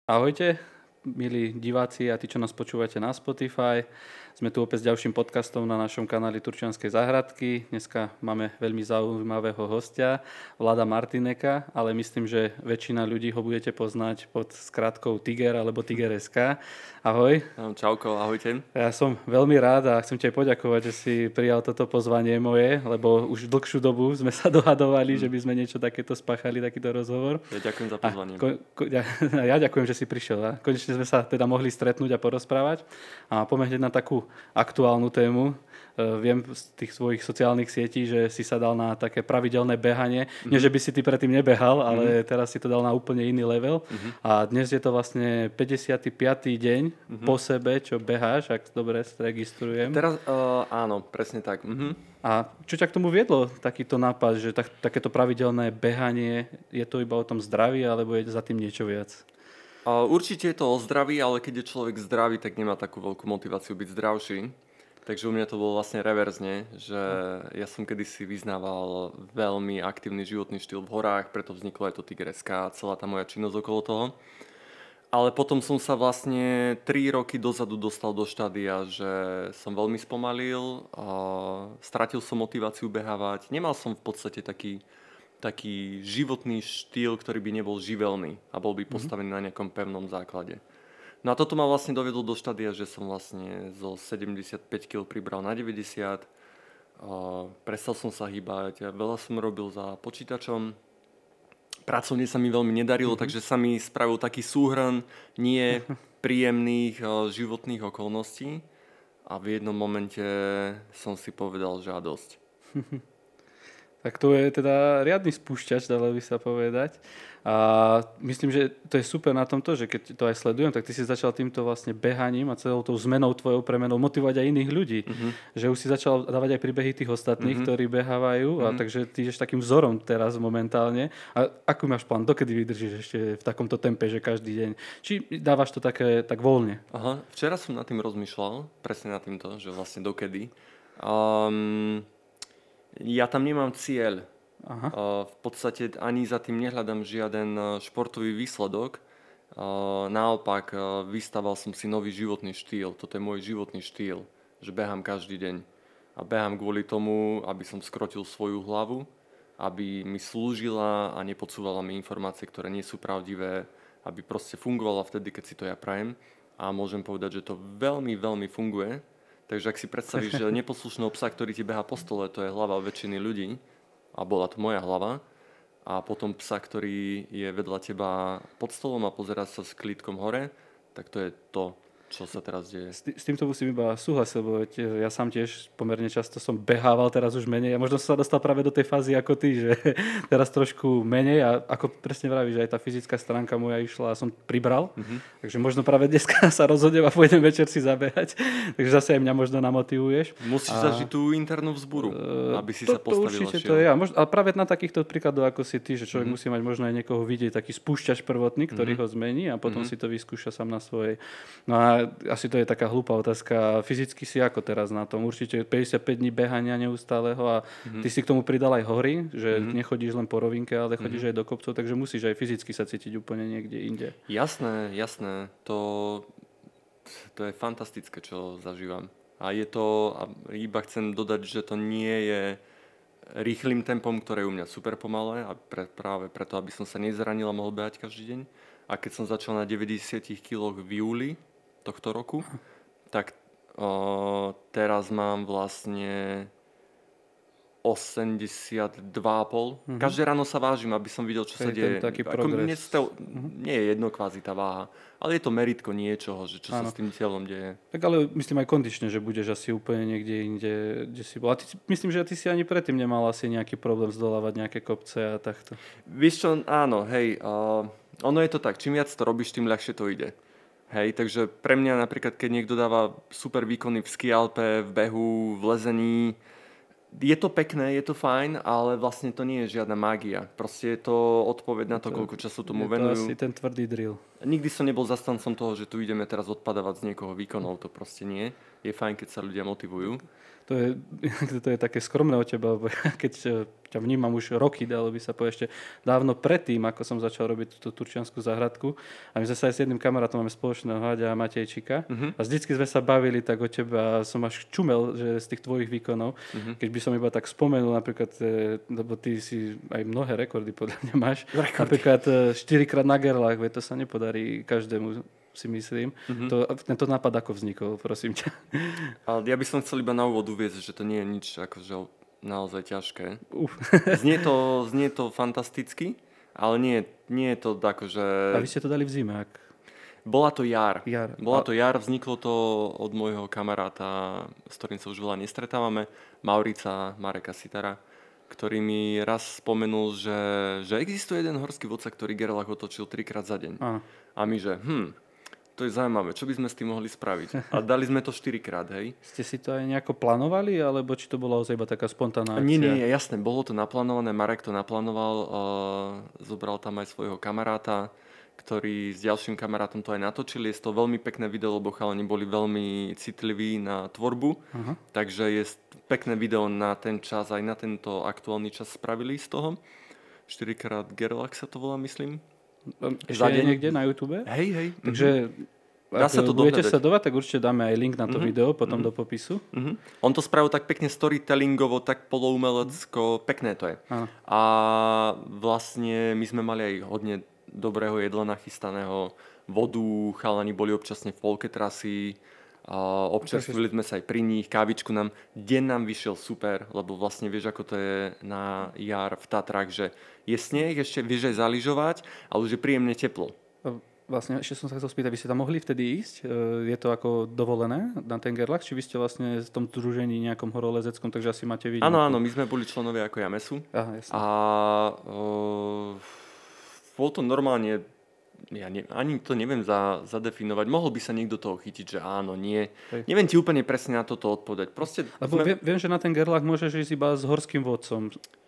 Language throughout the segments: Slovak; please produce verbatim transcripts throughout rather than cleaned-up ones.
Ahojte, milí diváci a tí, čo nás počúvate na Spotify. Sme tu opäť s ďalším podcastom na našom kanáli Turčianskej záhradky. Dneska máme veľmi zaujímavého hostia, Vlada Martineka, ale myslím, že väčšina ľudí ho budete poznať pod skratkou Tiger alebo Tiger bodka es ká. Ahoj. Čauko, ahojte. Ja som veľmi rád a chcem ti aj poďakovať, že si prijal toto pozvanie moje, lebo už dlhšiu dobu sme sa dohadovali, mm. že by sme niečo takéto spáchali, takýto rozhovor. Ja ďakujem za pozvanie. Ko, ko, ja, ja ďakujem, že si prišiel. A konečne sme sa teda mohli stretnúť a porozprávať. A poďme hneď na takú aktuálnu tému. Viem z tých svojich sociálnych sietí, že si sa dal na také pravidelné behanie. Mm-hmm. Nie, že by si ty predtým nebehal, ale mm-hmm. teraz si to dal na úplne iný level. Mm-hmm. A dnes je to vlastne päťdesiaty piaty deň mm-hmm. po sebe, čo beháš, ak dobre registrujem. Teraz uh, áno, presne tak. Mm-hmm. A čo ťa k tomu viedlo, takýto nápad, že tak, takéto pravidelné behanie, je to iba o tom zdraví, alebo je za tým niečo viac? Uh, určite je to o zdraví, ale keď je človek zdravý, tak nemá takú veľkú motiváciu byť zdravší. Takže u mňa to bolo vlastne reverzne, že ja som kedysi vyznával veľmi aktívny životný štýl v horách, preto vzniklo aj to Tiger bodka es ká, celá tá moja činnosť okolo toho. Ale potom som sa vlastne tri roky dozadu dostal do štádia, že som veľmi spomalil, a stratil som motiváciu behávať, nemal som v podstate taký, taký životný štýl, ktorý by nebol živelný a bol by postavený mm-hmm. na nejakom pevnom základe. No a toto ma vlastne dovedlo do štádia, že som vlastne zo sedemdesiatpäť kilogramov pribral na deväťdesiat. Uh, prestal som sa hýbať, veľa som robil za počítačom. Pracovne sa mi veľmi nedarilo, mm-hmm. takže sa mi spravil taký súhrn nie príjemných uh, životných okolností. A v jednom momente som si povedal, že a dosť. Tak to je teda riadny spúšťač, dalo by sa povedať. A myslím, že to je super na tomto, že keď to aj sledujem, tak ty si začal týmto vlastne behaním a celou tou zmenou tvojou premenou motivovať aj iných ľudí. Mm-hmm. Že už si začal dávať aj príbehy tých ostatných, mm-hmm. ktorí behávajú. Mm-hmm. A takže ty ješ takým vzorom teraz momentálne. A aký máš plán? Dokedy vydržíš ešte v takomto tempe, že každý deň? Či dávaš to také tak voľne? Aha, včera som nad tým rozmýšľal, presne nad týmto, že vlastne dokedy. Um... Ja tam nemám cieľ. Aha. V podstate ani za tým nehľadám žiaden športový výsledok. Naopak, vystaval som si nový životný štýl. Toto je môj životný štýl, že behám každý deň. A behám kvôli tomu, aby som skrotil svoju hlavu, aby mi slúžila a nepodsúvala mi informácie, ktoré nie sú pravdivé, aby proste fungovala vtedy, keď si to ja prajem. A môžem povedať, že to veľmi, veľmi funguje. Takže ak si predstavíš, že neposlušného psa, ktorý ti behá po stole, to je hlava väčšiny ľudí, a bola to moja hlava, a potom psa, ktorý je vedľa teba pod stolom a pozerá sa s klítkom hore, tak to je to, čo sa teraz deje. S, tý, s týmto musím iba súhlasiť, lebo ja sám tiež pomerne často som behával, teraz už menej. A možno som sa dostal práve do tej fázy ako ty, že teraz trošku menej a ako presne vravíš, že aj tá fyzická stránka moja išla a som pribral. Mm-hmm. Takže možno práve dneska sa rozhodnem a pôjdem večer si zabehať. Takže zase aj mňa možno namotivuješ. Musíš a... zažiť tú internú vzburu, aby si to, sa postavil. To určite to je. A možno, ale práve na takýchto príkladov ako si ty, že človek mm-hmm. musí mať možno aj niekoho vidieť, taký spúšťač prvotný, ktorý mm-hmm. ho zmení a potom mm-hmm. si to vyskúša sám na svojej. No a asi to je taká hlúpa otázka. Fyzicky si ako teraz na tom? Určite päťdesiatpäť dní behania neustáleho a mm-hmm. ty si k tomu pridal aj hory, že mm-hmm. nechodíš len po rovinke, ale chodíš mm-hmm. aj do kopcov, takže musíš aj fyzicky sa cítiť úplne niekde inde. Jasné, jasné. To, to je fantastické, čo zažívam. A je to, a iba chcem dodať, že to nie je rýchlým tempom, ktoré je u mňa super pomalé a pre, práve preto, aby som sa nezranil a mohol behať každý deň. A keď som začal na deväťdesiat kilogramov v júli tohto roku, tak o, teraz mám vlastne osemdesiatdva celá päť. Mm-hmm. Každé ráno sa vážim, aby som videl, čo to sa deje. Taký Ako nestel, mm-hmm. Nie je jedno kvázi tá váha, ale je to meritko niečoho, že čo ano. Sa s tým telom deje. Tak ale myslím aj kondične, že budeš asi úplne niekde inde, kde si bol. A ty, myslím, že ty si ani predtým nemal asi nejaký problém zdolávať nejaké kopce a takto. Vieš čo, áno, hej, uh, ono je to tak, čím viac to robíš, tým ľahšie to ide. Hej, takže pre mňa napríklad, keď niekto dáva super výkony v ski alpe, v behu, v lezení, je to pekné, je to fajn, ale vlastne to nie je žiadna mágia. Proste je to odpoveď na to, to koľko času tomu venujú. Je to asi ten tvrdý drill. Nikdy som nebol zastancom toho, že tu ideme teraz odpadávať z niekoho výkonov, to proste nie. je fajn, keď sa ľudia motivujú. To je, to je také skromné od teba, lebo keď ťa vnímam už roky, dalo by sa povedať, ešte dávno predtým, ako som začal robiť túto turčiansku záhradku. A my sme sa aj s jedným kamarátom máme spoločného, Háďa a Matejčika. Uh-huh. A vždycky sme sa bavili tak o teba a som až čumel, že z tých tvojich výkonov. Uh-huh. Keď by som iba tak spomenul, napríklad, lebo ty si aj mnohé rekordy podľa mňa máš. Rekordy. Napríklad štyrikrát na gerlách, to sa nepodarí každému, si myslím. Mm-hmm. To, tento nápad ako vznikol, prosím ťa? Ale ja by som chcel iba na úvod uviesť, že to nie je nič akože naozaj ťažké. Uf. Znie, to, znie to fantasticky, ale nie, nie je to akože... A vy ste to dali v zime, ak... Bola to jar. jar. Bola to jar, vzniklo to od môjho kamaráta, s ktorým sa už veľa nestretávame, Maurica Mareka Sitara, ktorý mi raz spomenul, že, že existuje jeden horský vodca, ktorý Gerlach otočil trikrát za deň. Aha. A my, že hm, to je zaujímavé, čo by sme s tým mohli spraviť? A dali sme to štyrikrát, hej. Ste si to aj nejako plánovali, alebo či to bola ozaj iba taká spontánna akcia? Nie, nie, jasné, bolo to naplánované, Marek to naplánoval, uh, zobral tam aj svojho kamaráta, ktorý s ďalším kamarátom to aj natočili. Je to veľmi pekné video, lebo chalani boli veľmi citliví na tvorbu, uh-huh. takže je pekné video na ten čas, aj na tento aktuálny čas spravili z toho. štyrikrát Gerlach sa to volá, myslím. Ešte je niekde na YouTube? Hej, hej. Takže mm-hmm. Dá sa to budete sledovať, tak určite dáme aj link na to mm-hmm. video potom mm-hmm. do popisu. Mm-hmm. On to spravil tak pekne storytellingovo, tak poloumelecko, pekné to je. Aha. A vlastne my sme mali aj hodne dobrého jedla nachystaného, vodu, chalani boli občasne v polke trasy, a občerstvili sme sa aj pri nich, kávičku nám, deň nám vyšiel super, lebo vlastne vieš, ako to je na jar v Tatrách, že je sneh, ešte vieš aj zaližovať, ale už je príjemne teplo. Vlastne ešte som sa chcel spýtať, vy ste tam mohli vtedy ísť? Je to ako dovolené na ten Gerlach? Či vy ste vlastne v tom združení nejakom horolezeckom, takže asi máte vidieť? Áno, áno, my sme boli členovia ako Jamesu. Aha, jasne. A o, bol to normálne, ja ne, ani to neviem za, zadefinovať. Mohol by sa niekto toho chytiť, že áno, nie. Hej. Neviem ti úplne presne na toto odpovedať. Proste Lebo sme... viem, viem, že na ten Gerlach môžeš ísť iba s horským vodcom.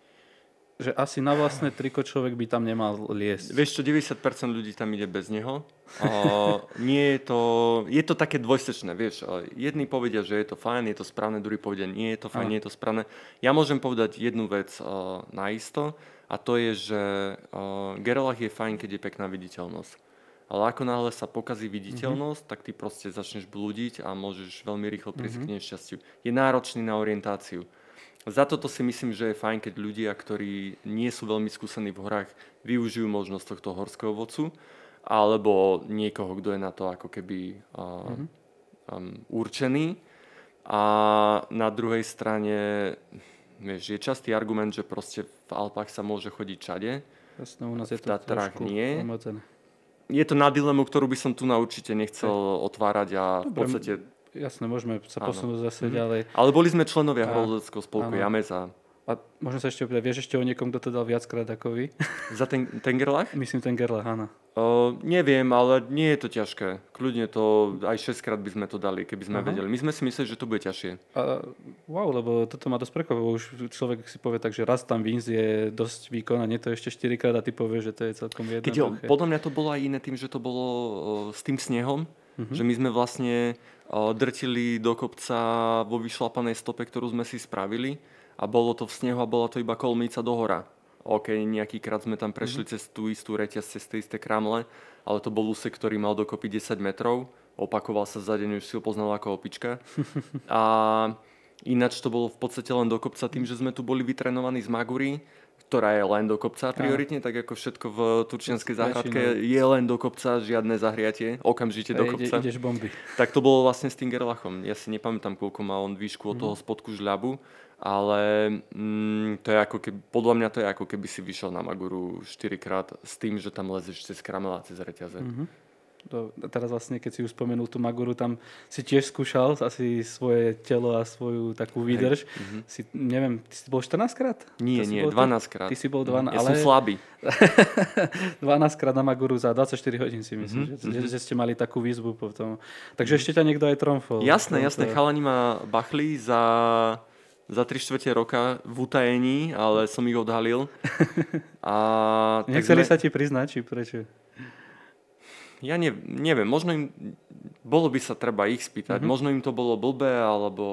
Že asi na vlastné triko človek by tam nemal liesť. Vieš čo, deväťdesiat percent ľudí tam ide bez neho. O, nie je to, je to také dvojsečné, vieš. Jedni povedia, že je to fajn, je to správne, druhí povedia, nie je to fajn, Aha. nie je to správne. Ja môžem povedať jednu vec o, naisto. A to je, že uh, Gerlach je fajn, keď je pekná viditeľnosť. Ale ako náhle sa pokazí viditeľnosť, mm-hmm. tak ty proste začneš blúdiť a môžeš veľmi rýchlo prísť mm-hmm. k nešťastiu. Je náročný na orientáciu. Za toto si myslím, že je fajn, keď ľudia, ktorí nie sú veľmi skúsení v horách, využijú možnosť tohto horského vodcu, alebo niekoho, kto je na to ako keby uh, mm-hmm. um, určený. A na druhej strane... Vieš, je častý argument, že proste v Alpách sa môže chodiť všade. Jasné, u nás je to Tatrách nie. Omedzené. Je to na dilemu, ktorú by som tu na určite nechcel otvárať a Dobre, v podstate... Jasné, môžeme sa áno. posunúť zase mm-hmm. ďalej. Ale boli sme členovia horolezeckoho spolku James a... A možno sa ešte opýtať, vieš ešte o niekom, kto to dal viackrát ako vy? Za ten, ten Gerlach? Myslím ten Gerlach, áno. Uh, neviem, ale nie je to ťažké. Kľudne to, aj šesťkrát by sme to dali, keby sme Aha. vedeli. My sme si mysleli, že to bude ťažšie. A, wow, lebo toto ma dosť prekvapilo. Už človek si povie tak, že raz tam Vince je dosť výkon a nie to ešte štyrikrát a ty povieš, že to je celkom jedno. Keď jo, podľa mňa to bolo aj iné tým, že to bolo uh, s tým snehom, uh-huh. že my sme vlastne uh, drtili do kopca vo vyšlapanej stope, ktorú sme si spravili. A bolo to v snehu a bola to iba kolmíca do hora. OK, nejakýkrát sme tam prešli mm-hmm. cez tú istú reťaz, cez tie isté kramle, ale to bol úsek, ktorý mal dokopy desať metrov. Opakoval sa za deň, už si ho poznal ako opička. A ináč to bolo v podstate len do kopca tým, že sme tu boli vytrenovaní z Magury, ktorá je len do kopca prioritne, tak ako všetko v turčianskej záhradke je len do kopca, žiadne zahriatie, okamžite do kopca. Ide, ideš bomby. Tak to bolo vlastne s tým Gerlachom. Ja si nepamätám, koľko má on výšku od toho spodku žľabu, ale mm, to je ako keby, podľa mňa to je ako keby si vyšiel na Maguru štyrikrát s tým, že tam lezeš cez kramel a cez reťaze. Mm-hmm. To, teraz vlastne, keď si už spomenul tú Maguru, tam si tiež skúšal asi svoje telo a svoju takú výdrž. Mm-hmm. Si, neviem, ty si bol štrnásťkrát? Nie, nie, dvanásťkrát. Ty si bol dvanásť, ja ale... som slabý. dvanásťkrát na Maguru za dvadsaťštyri hodín si myslím, mm-hmm. že, že ste mali takú výzvu potom. Takže ešte ťa niekto aj tromfol. Jasné, jasné, chalani ma bachli za... za tri štvrte roka v utajení, ale som ich odhalil. A nechceli sme... sa ti priznať, či prečo? Ja ne, neviem, možno im bolo by sa treba ich spýtať. Mhm. Možno im to bolo blbé, alebo,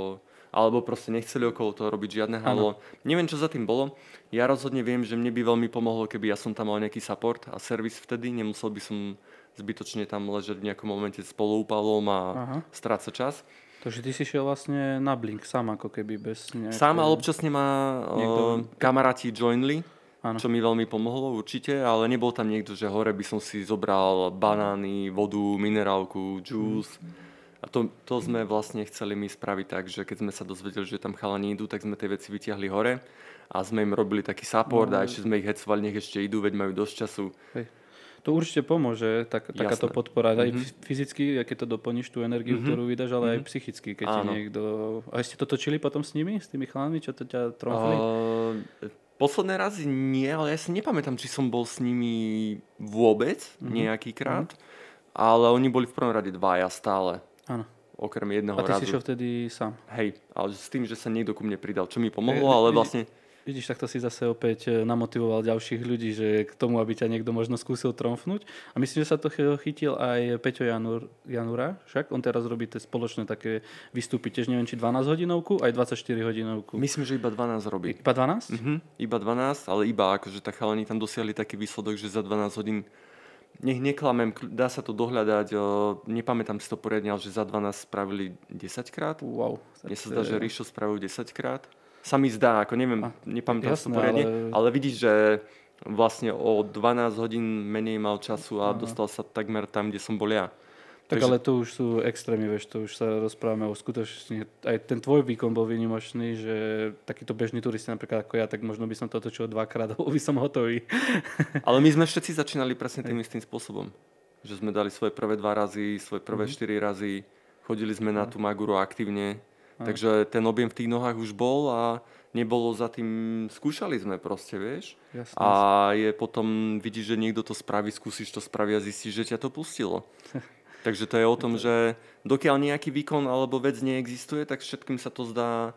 alebo proste nechceli okolo toho robiť žiadne halo. Neviem, čo za tým bolo. Ja rozhodne viem, že mne by veľmi pomohlo, keby ja som tam mal nejaký support a servis vtedy. Nemusel by som zbytočne tam ležať v nejakom momente s poloupalom a Aha. strácať čas. Takže ty si šiel vlastne na Blink sám, ako keby bez nejaké... Sám, ale občasne ma Niekto- uh, kamaráti joinli, Áno. čo mi veľmi pomohlo určite, ale nebol tam niekto, že hore by som si zobral banány, vodu, minerálku, juice. A to, to sme vlastne chceli my spraviť tak, že keď sme sa dozvedeli, že tam chalani idú, tak sme tie veci vytiahli hore a sme im robili taký support No. a ešte sme ich hecovali, nech ešte idú, veď majú dosť času. Hej. To určite pomôže, tak, takáto Jasné. podpora. Aj Mhm. f- fyzicky, keď to doplníš tú energiu, ktorú vydáš, ale aj psychicky, keď ti Áno. niekto... A ste to točili potom s nimi, s tými chalami, čo to ťa tromfli? Uh, posledné razy nie, ale ja si nepamätám, či som bol s nimi vôbec nejaký krát, ale oni boli v prvom rade dvaja stále, Áno. okrem jedného A ty razu. si šiel vtedy sám. Hej, ale s tým, že sa niekto ku mne pridal, čo mi pomohlo, E, ale vidí- vlastne... Vidíš, takto si zase opäť e, namotivoval ďalších ľudí, že k tomu, aby ťa niekto možno skúsil tromfnúť. A myslím, že sa to chy- chytil aj Peťo Janur, Janura, však on teraz robí tie spoločné také výstupy, tiež neviem, či dvanásť hodinovku, aj dvadsaťštyri hodinovku. Myslím, že iba dvanásť robí. Iba dvanásť? Mhm, iba dvanásť, ale iba akože tak chalani tam dosiahli taký výsledok, že za dvanásť hodín, nech neklamem, kl- dá sa to dohľadať, o, nepamätám si to poriadne, ale že za dvanásť spravili desaťkrát. Wow. Mne sa zdá, že Ríšo spravil desaťkrát. Sa mi zdá, ako neviem, A, nepamätám si to jasné, poriadne, ale- ale... vidíš, že vlastne o dvanásť hodín menej mal času a dostal sa takmer tam, kde som bol ja. Tak Takže- ale to už sú extrémy, vieš, to už sa rozprávame o skutočne, aj ten tvoj výkon bol výnimočný, že takýto bežný turista napríklad ako ja, tak možno by som to točil dvakrát a bol by som hotový. Ale my sme všetci začínali presne tým istým spôsobom. Že sme dali svoje prvé dva razy, svoje prvé Mhm. štyri razy, chodili sme na tú Maguru aktívne. Takže ten objem v tých nohách už bol a nebolo za tým, skúšali sme proste, vieš. Jasné. A je potom, vidíš, že niekto to spraví, skúsiš to spraviť a zistíš, že ťa to pustilo. Takže to je o tom, že dokiaľ nejaký výkon alebo vec neexistuje, tak všetkým sa to zdá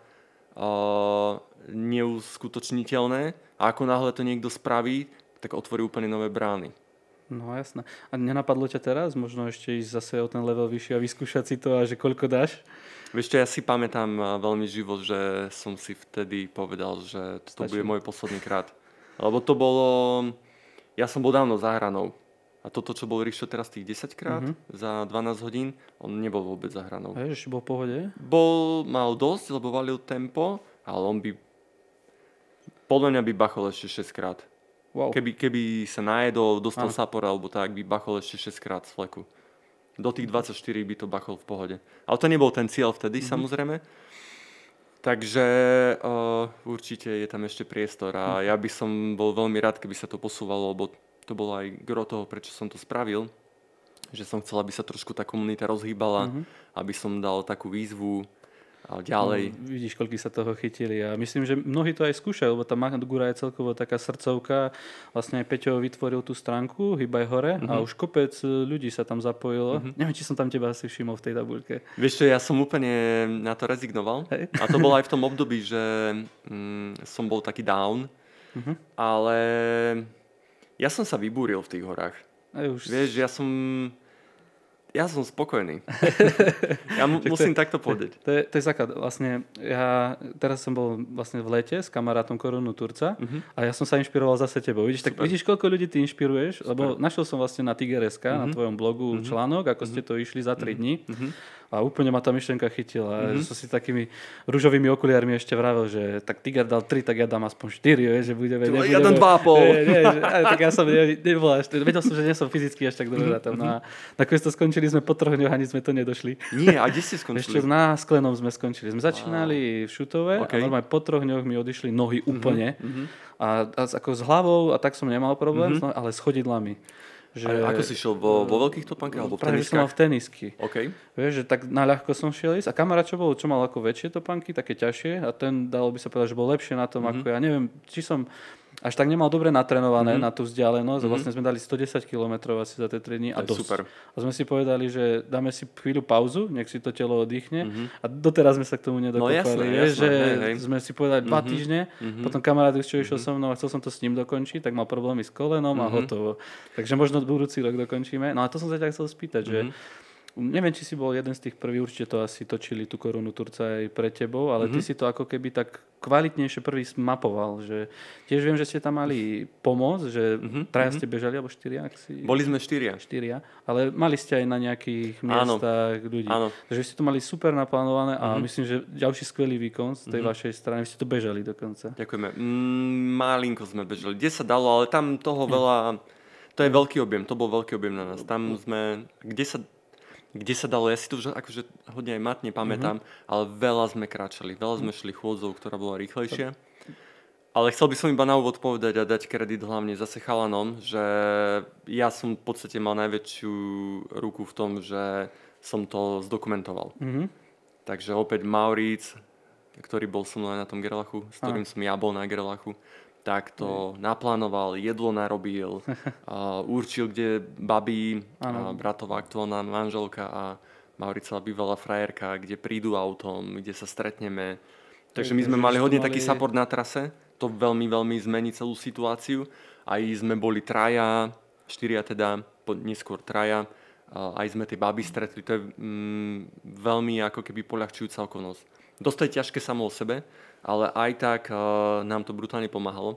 uh, neuskutočniteľné a ako náhle to niekto spraví, tak otvorí úplne nové brány. No jasné. A nenapadlo ťa teraz možno ešte ísť zase o ten level vyššie a vyskúšať si to a že koľko dáš? Vieš čo, ja si pamätám uh, veľmi živo, že som si vtedy povedal, že to Stačí. bude môj posledný krát. Lebo to bolo... Ja som bol dávno za hranou. A toto, čo bol Ríšo teraz tých desaťkrát mm-hmm. za dvanásť hodín, on nebol vôbec za hranou. Hej, ešte bol v pohode? Bol, mal dosť, lebo valil tempo, ale on by... Podľa mňa by bachol ešte šesťkrát. Wow. Keby, keby sa najedol, dostal Áno. sapor alebo tak, by bachol ešte šesťkrát z fleku. Do tých dvadsaťštyri by to bachol v pohode. Ale to nebol ten cieľ vtedy, mm-hmm. samozrejme. Takže uh, určite je tam ešte priestor a ja by som bol veľmi rád, keby sa to posúvalo, lebo to bolo aj gro toho, prečo som to spravil. Že som chcel, aby sa trošku tá komunita rozhýbala, mm-hmm. aby som dal takú výzvu a ďalej. No, vidíš, koľko sa toho chytili a myslím, že mnohí to aj skúšajú, lebo tá Magura je celkovo taká srdcovka. Vlastne aj Peťo vytvoril tú stránku Hýbaj hore mm-hmm. a už kopec ľudí sa tam zapojilo. Mm-hmm. Neviem, či som tam teba asi všimol v tej tabuľke. Vieš čo, ja som úplne na to rezignoval. Hej. A to bolo aj v tom období, že mm, som bol taký down. Mhm. Ale ja som sa vybúril v tých horách. Aj už... Vieš, ja som... Ja som spokojný. Ja mu, musím takto povedať. To je, to je základ. Vlastne ja teraz som bol vlastne v lete s kamarátom Korunu Turca uh-huh. a ja som sa inšpiroval zase tebou. Vidíš, tak vidíš, koľko ľudí ty inšpiruješ? Super. Lebo našiel som vlastne na Tiger bodka es ká, uh-huh. na tvojom blogu uh-huh. článok, ako uh-huh. ste to išli za tri dní. Uh-huh. A úplne ma tá myšlienka chytila. Uh-huh. Som si takými ružovými okuliarmi ešte vravel, že tak Tiger dal tri, tak ja dám aspoň štyri, že budeme... Čo, nebudeme, ja dám dva a pol. Nie, nie, že, tak ja som ne, nebol až... Vedel som, že nie som fyzicky až tak dobrý. Uh-huh. No a nakoniec to skončili sme po troch dňoch, ani sme to nedošli. Nie, a kde ste skončili? Ešte na Sklenom sme skončili. Sme začínali wow. v Šutove okay. a normálne po troch dňoch mi odišli nohy úplne. Uh-huh. A, a ako s hlavou a tak som nemal problém, uh-huh. ale s chodidlami. Že, a ako si šiel? Vo, vo veľkých topánkach alebo v práve teniskách? som mal v tenisky. Okay. Vieš, že tak na ľahko som šiel ísť. A kamarát, čo bol, čo mal ako väčšie topánky, také ťažšie a ten, dalo by sa povedať, že bol lepšie na tom, uh-huh. ako ja. Neviem, či som až tak nemal dobre natrenované mm-hmm. na tú vzdialenosť. Mm-hmm. Vlastne sme dali stodesať kilometrov asi za tie tri dní a dosť. Super. A sme si povedali, že dáme si chvíľu pauzu, nech si to telo oddychne. Mm-hmm. A doteraz sme sa k tomu nedokopali. No jasné, jasné, že hej, hej. Sme si povedali dva mm-hmm. týždne, mm-hmm. potom kamarát, čo išiel mm-hmm. so mnou a chcel som to s ním dokončiť, tak mal problémy s kolenom mm-hmm. a hotovo. Takže možno budúci rok dokončíme. No a to som sa ťa chcel spýtať, mm-hmm. že Neviem, či si bol jeden z tých prvých, určite to asi točili tú Korunu Turca aj pre tebou, ale mm-hmm. ty si to ako keby tak kvalitnejšie prvý mapoval, že tiež viem, že ste tam mali pomoc, že mm-hmm. traja ste bežali, alebo štyria? Ak si... Boli sme štyria. Štyria, ale mali ste aj na nejakých miestach áno. ľudí. Áno. Takže ste to mali super naplánované a mm-hmm. myslím, že ďalší skvelý výkon z tej mm-hmm. vašej strany. Vy ste to bežali dokonca. Ďakujeme. Mm, malinko sme bežali. Kde sa dalo, ale tam toho veľa... To je veľký objem, to bol veľký objem na nás. Tam sme... Kde sa... Kde sa dalo, ja si to už akože hodne aj matne pamätám, mm-hmm. ale veľa sme kráčali, veľa sme šli chôdzou, ktorá bola rýchlejšia. Ale chcel by som iba na úvod povedať a dať kredit hlavne zase chalanom, že ja som v podstate mal najväčšiu ruku v tom, že som to zdokumentoval. Mm-hmm. Takže opäť Mauric, ktorý bol so mnou na tom Gerlachu, s ktorým Aha. som ja bol na Gerlachu, tak to mm. naplánoval, jedlo narobil, uh, určil, kde babí, uh, bratová aktuálna manželka a Mauricová bývalá frajerka, kde prídu autom, kde sa stretneme. Takže my sme mali hodne taký support na trase, to veľmi, veľmi zmení celú situáciu. Aj sme boli traja, štyria teda, neskôr traja, uh, aj sme tie baby stretli, to je um, veľmi ako keby poľahčujúca okolnosť. Dosť to je ťažké samo o sebe, ale aj tak uh, nám to brutálne pomáhalo.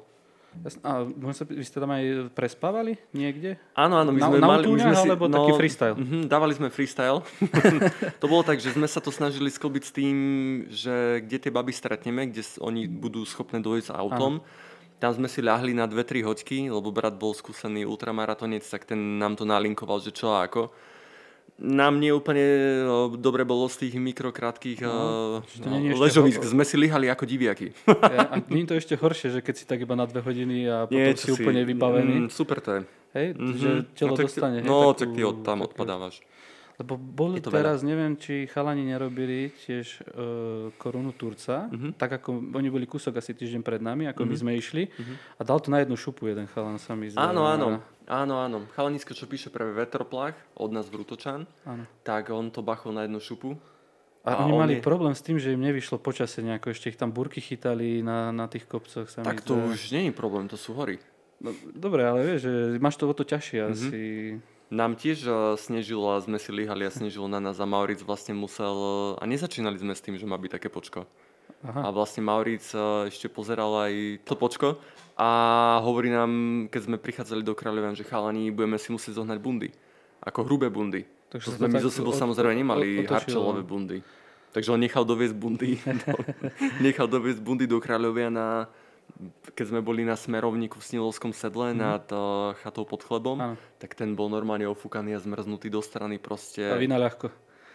A sa, vy ste tam aj prespávali niekde? Áno, áno. My na, sme na mali, my sme si, alebo no, taký freestyle? Uh-huh, dávali sme freestyle. To bolo tak, že sme sa to snažili sklbiť s tým, že kde tie baby stretneme, kde oni budú schopné dojsť autom. Áno. Tam sme si ľahli na dve tri hoďky, lebo brat bol skúsený ultramaratonec, tak ten nám to nalinkoval, že čo a ako. Nám nie úplne dobre bolo z tých mikrokrátkých no, no, ležovisk. Ho... Sme si líhali ako diviaky. Ja, a nie je to ešte horšie, že keď si tak iba na dve hodiny a potom nie, si, si úplne vybavený. Mm, super to je. Hej, mm-hmm. že telo no, dostane. Ty, no, hej, tak ty od, tam takú, odpadávaš. Lebo boli teraz, veľa. Neviem, či chalani nerobili tiež uh, Korunu Turca, mm-hmm. tak ako oni boli kúsok asi týždeň pred nami, ako mm-hmm. my sme išli mm-hmm. a dal to na jednu šupu jeden chalan sa mi zdá. Áno, áno. Áno, áno. Chalanisko, čo píše pre Vetroplach od nás v Rutočan, áno. tak on to bachol na jednu šupu. A, a oni on mali je... problém s tým, že im nevyšlo počasie nejako, ešte ich tam burky chytali na, na tých kopcoch. Sa tak to už nie je problém, to sú hory. No, dobre, ale vieš, že máš to o to ťažšie mm-hmm. asi. Nám tiež uh, snežilo a sme si líhali a snežilo na nás a Mauric vlastne musel... Uh, a nezačínali sme s tým, že má byť také počko. Aha. A vlastne Mauric uh, ešte pozeral aj to počko a hovorí nám, keď sme prichádzali do Kráľovian, že chalani, budeme si musieť zohnať bundy. Ako hrubé bundy. Takže to sme my zo sebou od, samozrejme nemali harčelové bundy. Takže on nechal doviesť bundy. nechal doviesť bundy do Kráľovian a keď sme boli na smerovníku v Snilovskom sedle mm. nad uh, chatou pod chlebom, ano. Tak ten bol normálne ofúkaný a zmrznutý do strany proste. A vina ľahko.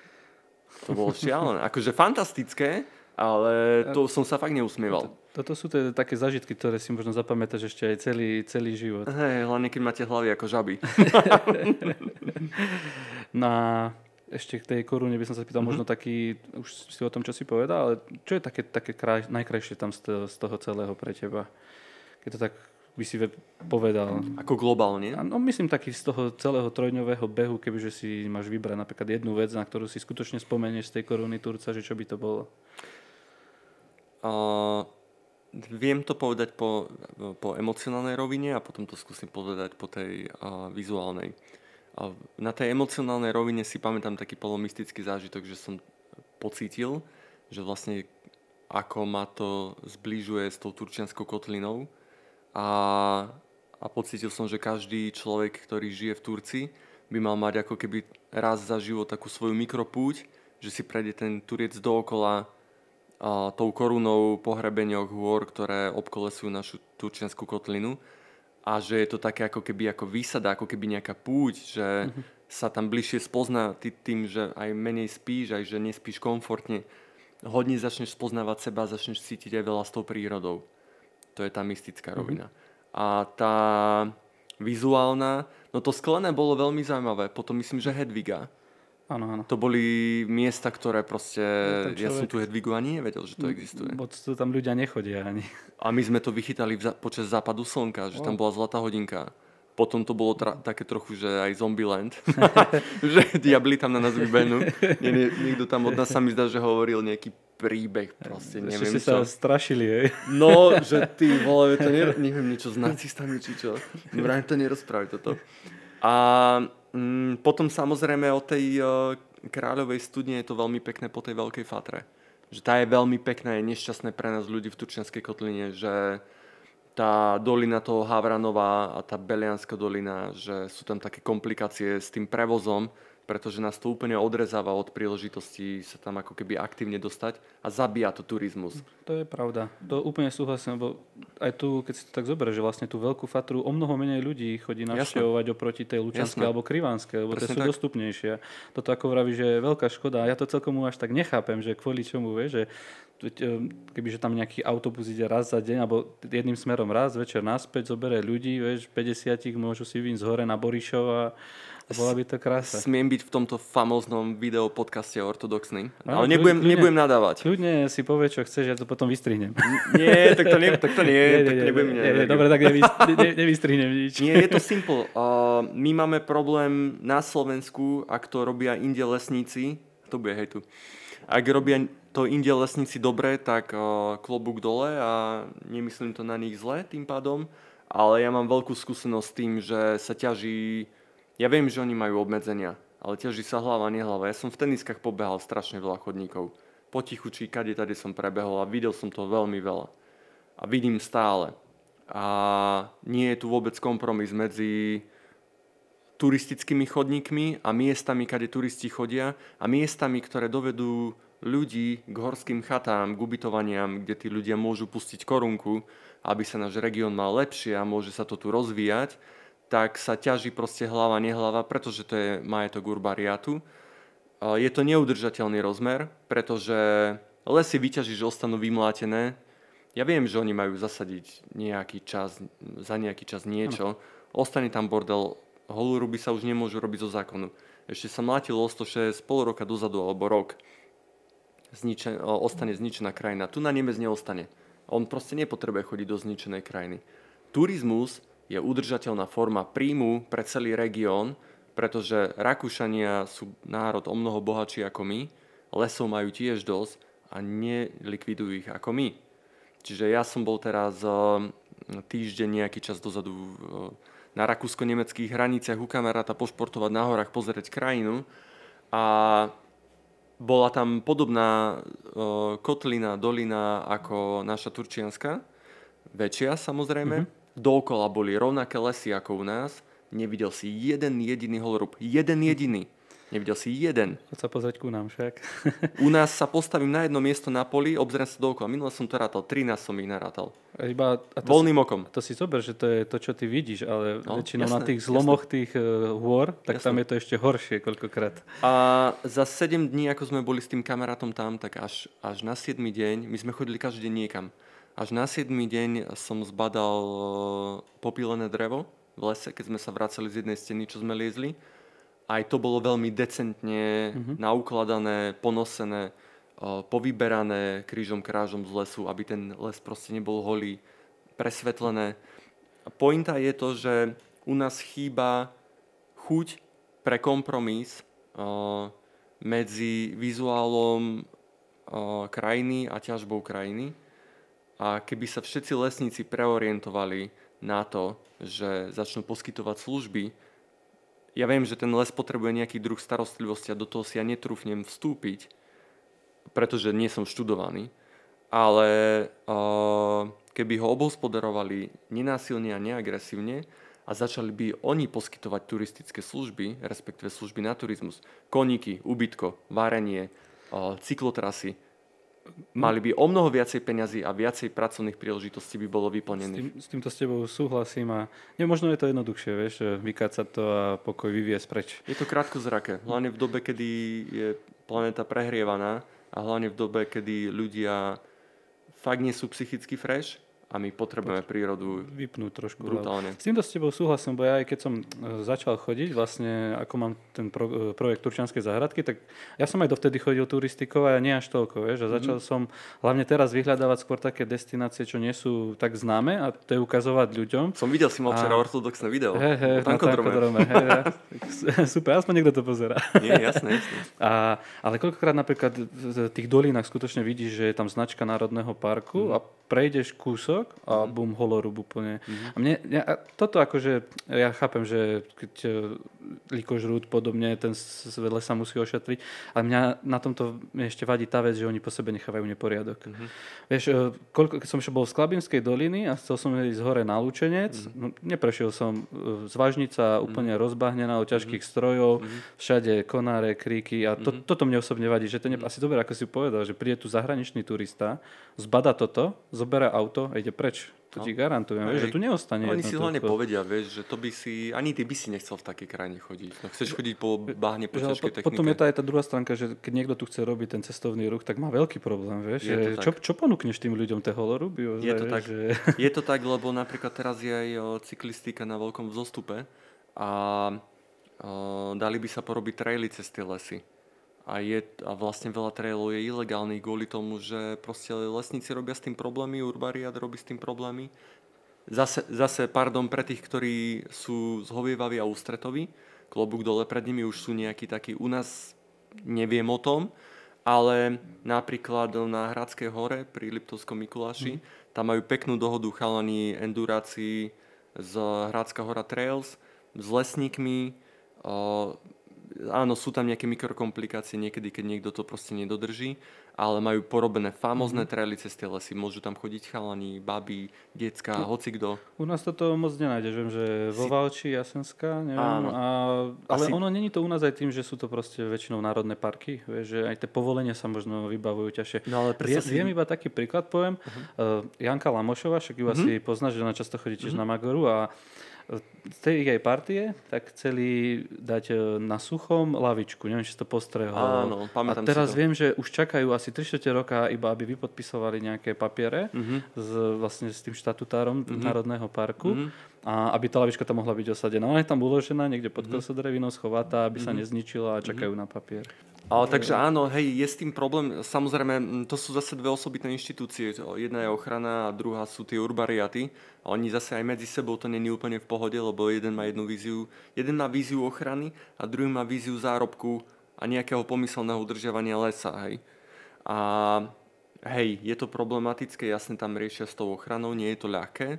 To bolo šialené. Akože fantastické, ale to som sa fakt neusmieval. Toto sú teda také zážitky, ktoré si možno zapamätáš ešte aj celý, celý život. Hej, hlavne keď máte hlavy ako žaby. Na... Ešte k tej korune by som sa spýtal, mm-hmm. možno taký, už si o tom, čo si povedal, ale čo je také, také kraj, najkrajšie tam z toho, z toho celého pre teba? Keď to tak by si povedal. Ako globálne? No myslím taký z toho celého trojdňového behu, kebyže si máš vybrať napríklad jednu vec, na ktorú si skutočne spomenieš z tej Koruny Turca, že čo by to bolo? Uh, viem to povedať po, po emocionálnej rovine a potom to skúsim povedať po tej uh, vizuálnej. Na tej emocionálnej rovine si pamätám taký polomystický zážitok, že som pocítil, že vlastne ako ma to zbližuje s tou Turčianskou kotlinou a, a pocítil som, že každý človek, ktorý žije v Turcii, by mal mať ako keby raz za život takú svoju mikropúť, že si prejde ten Turiec dookola a, tou korunou po hrebeňoch hôr, ktoré obkolesujú našu Turčiansku kotlinu. A že je to také ako keby ako výsada, ako keby nejaká púť, že mm-hmm. sa tam bližšie spozná tým, že aj menej spíš, aj že nespíš komfortne. Hodne začneš spoznávať seba, začneš cítiť aj veľa s tou prírodou. To je tá mystická rovina. Mm-hmm. A tá vizuálna, no to sklené bolo veľmi zaujímavé. Potom myslím, že Hedviga. Áno, áno. To boli miesta, ktoré proste... No, človek... Ja som tu Hedvigu ani nevedel, že to existuje. Bo to tam ľudia nechodia ani. A my sme to vychytali v, počas západu slnka, že oh. tam bola zlatá hodinka. Potom to bolo tra- také trochu, že aj Zombieland. Že diabli tam na nás vybehnú. Nie, nie, niekto tam od nás sa mi zdá, že hovoril nejaký príbeh. Proste neviem čo. Ešte sa strašili, hej? No, že ty vole, to ne, neviem niečo s nacistami, či čo. Vraj to nerozprávaj toto. A... Mm, potom samozrejme o tej uh, Kráľovej studne je to veľmi pekné po tej Veľkej Fatre. Že tá je veľmi pekná, je nešťastné pre nás ľudí v Turčianskej kotline, že tá dolina toho Havranova a tá Belianská dolina, že sú tam také komplikácie s tým prevozom, pretože nás to úplne odrezáva od príležitosti sa tam ako keby aktívne dostať a zabíja to turizmus. To je pravda. To úplne súhlasím, lebo aj tu, keď si to tak zoberieš, že vlastne tú Veľkú Fatru o mnoho menej ľudí chodí navštevovať oproti tej Lučanskej alebo Krivánskej, lebo tie sú tak dostupnejšie. Toto ako vraví, že je veľká škoda. A ja to celkom až tak nechápem, že kvôli čomu, vieš, že kebyže tam nejaký autobus ide raz za deň, alebo jedným smerom raz, večer naspäť, zoberie ľudí, vieš, päťdesiat môžu si vyjsť hore na Borišov a bola by to krása. Smiem byť v tomto famóznom video podcaste ortodoxný, ale, ale nebudem, kľudne, nebudem nadávať. Kľudne si povie, čo chceš, ja to potom vystrihnem. Nie, tak to nie, tak to nie, nie, tak to nebudem. Nie, nie, dobre, tak nevy, ne, nevystrihnem nič. Nie, je to simple. Uh, my máme problém na Slovensku, ak to robia inde lesníci, to bude hej tu, ak robia to inde lesníci dobre, tak uh, klobúk dole a nemyslím to na nich zle tým pádom, ale ja mám veľkú skúsenosť s tým, že sa ťaží. Ja viem, že oni majú obmedzenia, ale ťaží sa hlava, nehlava. Ja som v teniskách pobehal strašne veľa chodníkov. Potichučí, kade tady som prebehol a videl som to veľmi veľa. A vidím stále. A nie je tu vôbec kompromis medzi turistickými chodníkmi a miestami, kade turisti chodia a miestami, ktoré dovedú ľudí k horským chatám, k ubytovaniam, kde tí ľudia môžu pustiť korunku, aby sa náš región mal lepšie a môže sa to tu rozvíjať, tak sa ťaží proste hlava, nehlava, pretože to je majetok urbariátu. Je to neudržateľný rozmer, pretože lesy vyťaží, že ostanú vymlátené. Ja viem, že oni majú zasadiť nejaký čas, za nejaký čas niečo. Ostane tam bordel, holuruby sa už nemôžu robiť zo zákonu. Ešte sa mlátilo o sto šesť pol roka dozadu, alebo rok. Zničen, ostane zničená krajina. Tu na Nemec neostane. On proste nepotrebuje chodiť do zničenej krajiny. Turizmus je udržateľná forma príjmu pre celý región, pretože Rakúšania sú národ o mnoho bohatší ako my, lesov majú tiež dosť a nelikvidujú ich ako my. Čiže ja som bol teraz týždeň nejaký čas dozadu na rakúsko-nemeckých hraniciach u kamaráta pošportovať na horách, pozerať krajinu a bola tam podobná kotlina, dolina ako naša turčianska, väčšia samozrejme. Mm-hmm. Dookola boli rovnaké lesy ako u nás. Nevidel si jeden jediný holorúb. Jeden jediný. Nevidel si jeden. Choď sa pozrieť ku nám však. U nás sa postavím na jedno miesto na poli, obzriem sa dookola. Minule som to rátal, trinásť som ich narátal. Iba, a to voľným si, okom. To si zober, že to je to, čo ty vidíš, ale no, väčšinou jasné, na tých zlomoch jasné. tých uh, hôr, tak jasné. Tam je to ešte horšie koľkokrát. A za sedem dní, ako sme boli s tým kamarátom tam, tak až, až na siedmy deň, my sme chodili každý deň niekam. Až na siedmy deň som zbadal popílené drevo v lese, keď sme sa vracali z jednej steny, čo sme liezli. Aj to bolo veľmi decentne mm-hmm. naukladané, ponosené, povyberané krížom krážom z lesu, aby ten les proste nebol holý, presvetlené. Pointa je to, že u nás chýba chuť pre kompromis medzi vizuálom krajiny a ťažbou krajiny. A keby sa všetci lesníci preorientovali na to, že začnú poskytovať služby, ja viem, že ten les potrebuje nejaký druh starostlivosti a do toho si ja netrúfnem vstúpiť, pretože nie som študovaný, ale uh, keby ho obhospodarovali nenásilne a neagresívne a začali by oni poskytovať turistické služby, respektíve služby na turizmus, koníky, ubytko, varenie, uh, cyklotrasy, mali by o mnoho viacej peňazí a viacej pracovných príležitostí by bolo vyplnených. S, tým, s týmto s tebou súhlasím a nie, možno je to jednoduchšie, vieš, vykácať to a pokoj vyviesť preč. Je to krátkozraké, hlavne v dobe, kedy je planéta prehrievaná a hlavne v dobe, kedy ľudia fakt nie sú psychicky fresh a my potrebujeme prírodu vypnúť trošku brutálne. S týmto s tebou súhlasím, bo ja aj keď som začal chodiť, vlastne ako mám ten pro, projekt Turčianskej záhradky, tak ja som aj dovtedy chodil turistikovať a nie až toľko, vieš, a začal mm-hmm. som hlavne teraz vyhľadávať skôr také destinácie, čo nie sú tak známe a to je ukazovať ľuďom. Som videl, si mal včera a... ortodoxné video. He, he, na Tankodrome. He, he. Super, aspoň niekto to pozerá. Nie, jasné, jasné. A, ale koľkokrát napríklad v tých dolínach skutočne vidíš, že je tam značka Národného parku mm. a prejdeš kúsok a Mhm. bum, holorub úplne. Mhm. A mne, ja, a toto akože, ja chápem, že keď e, likožrút podobne, ten z z vedle sa musí ošetriť, ale mňa na tomto ešte vadí tá vec, že oni po sebe nechávajú neporiadok. Mhm. Vieš, e, koľko, keď som ešte bol z Klabinskej doliny a chcel som ísť hore na Lučenec, Mhm. no, neprešiel som e, zvažnica úplne rozbahnená od ťažkých strojov, Mhm. všade konáre, kríky a to, Mhm. toto mne osobne vadí, že to ne, Mhm. asi dobre, ako si povedal, že príde tu zahraničný turista, zbada toto, zoberá auto a ide preč. To No. ti garantujem, vieš, Hej. že tu neostane Oni si hlavne jednoducho. povedia, vieš, že to by si, ani ty by si nechcel v takej krajine chodiť. No chceš chodiť po bahne, po Že, ale ťažkej po- technike. potom je tá aj tá druhá stránka, že keď niekto tu chce robiť ten cestovný ruch, tak má veľký problém, vieš. Je to Že, tak. čo, čo ponúkneš tým ľuďom, tie holoruby? Ozaj, Je to vieš, tak. Že... Je to tak, lebo napríklad teraz je aj o, cyklistika na veľkom vzostupe a o, dali by sa porobiť traily cez tie lesy. A, je, a vlastne veľa trailov je ilegálnych kvôli tomu, že proste lesníci robia s tým problémy, urbariat robí s tým problémy. Zase, zase, pardon, pre tých, ktorí sú zhovievaví a ústretoví, klobúk dole, pred nimi už sú nejakí takí, u nás neviem o tom, ale napríklad na Hradskej hore pri Liptovskom Mikuláši, mm. tam majú peknú dohodu chalani enduráci z Hradská hora Trails s lesníkmi. O, áno, sú tam nejaké mikrokomplikácie niekedy, keď niekto to proste nedodrží, ale majú porobené famózne mm-hmm. traily cez tie lesy. Môžu tam chodiť chalani, baby, decka, hocikdo. U nás toto moc nenájdeš, viem, že vo Valči, Jasenská, neviem, Áno. a, ale Asi- ono není to u nás aj tým, že sú to proste väčšinou národné parky, vieš, že aj tie povolenia sa možno vybavujú ťažšie. No ale Vie, predstav si- viem iba taký príklad, poviem, uh-huh. uh, Janka Lamošová, však ju Mhm. asi poznáš, že ona často chodí tiež na Magoru a z tej ich aj partie, tak chceli dať e, na suchom lavičku, neviem, či si to postrehol. Áno, A pamätám teraz si to. viem, že už čakajú asi tri štyri roka iba, aby vypodpisovali nejaké papiere Mhm. s, vlastne s tým štatutárom Národného parku Mhm. a aby tá lavička tam mohla byť osadená. Ona je tam uložená niekde pod kosodrevinou, schovatá, aby sa Mhm. nezničila a čakajú na papier. Ale takže áno, hej, je s tým problém. Samozrejme, m, to sú zase dve osobitné inštitúcie. Jedna je ochrana a druhá sú tie urbariaty. A oni zase aj medzi sebou to není úplne v pohode, lebo jeden má jednu víziu, jeden má víziu ochrany a druhý má víziu zárobku a nejakého pomyselného udržiavania lesa, hej. A hej, je to problematické, jasne tam riešia s tou ochranou, nie je to ľahké.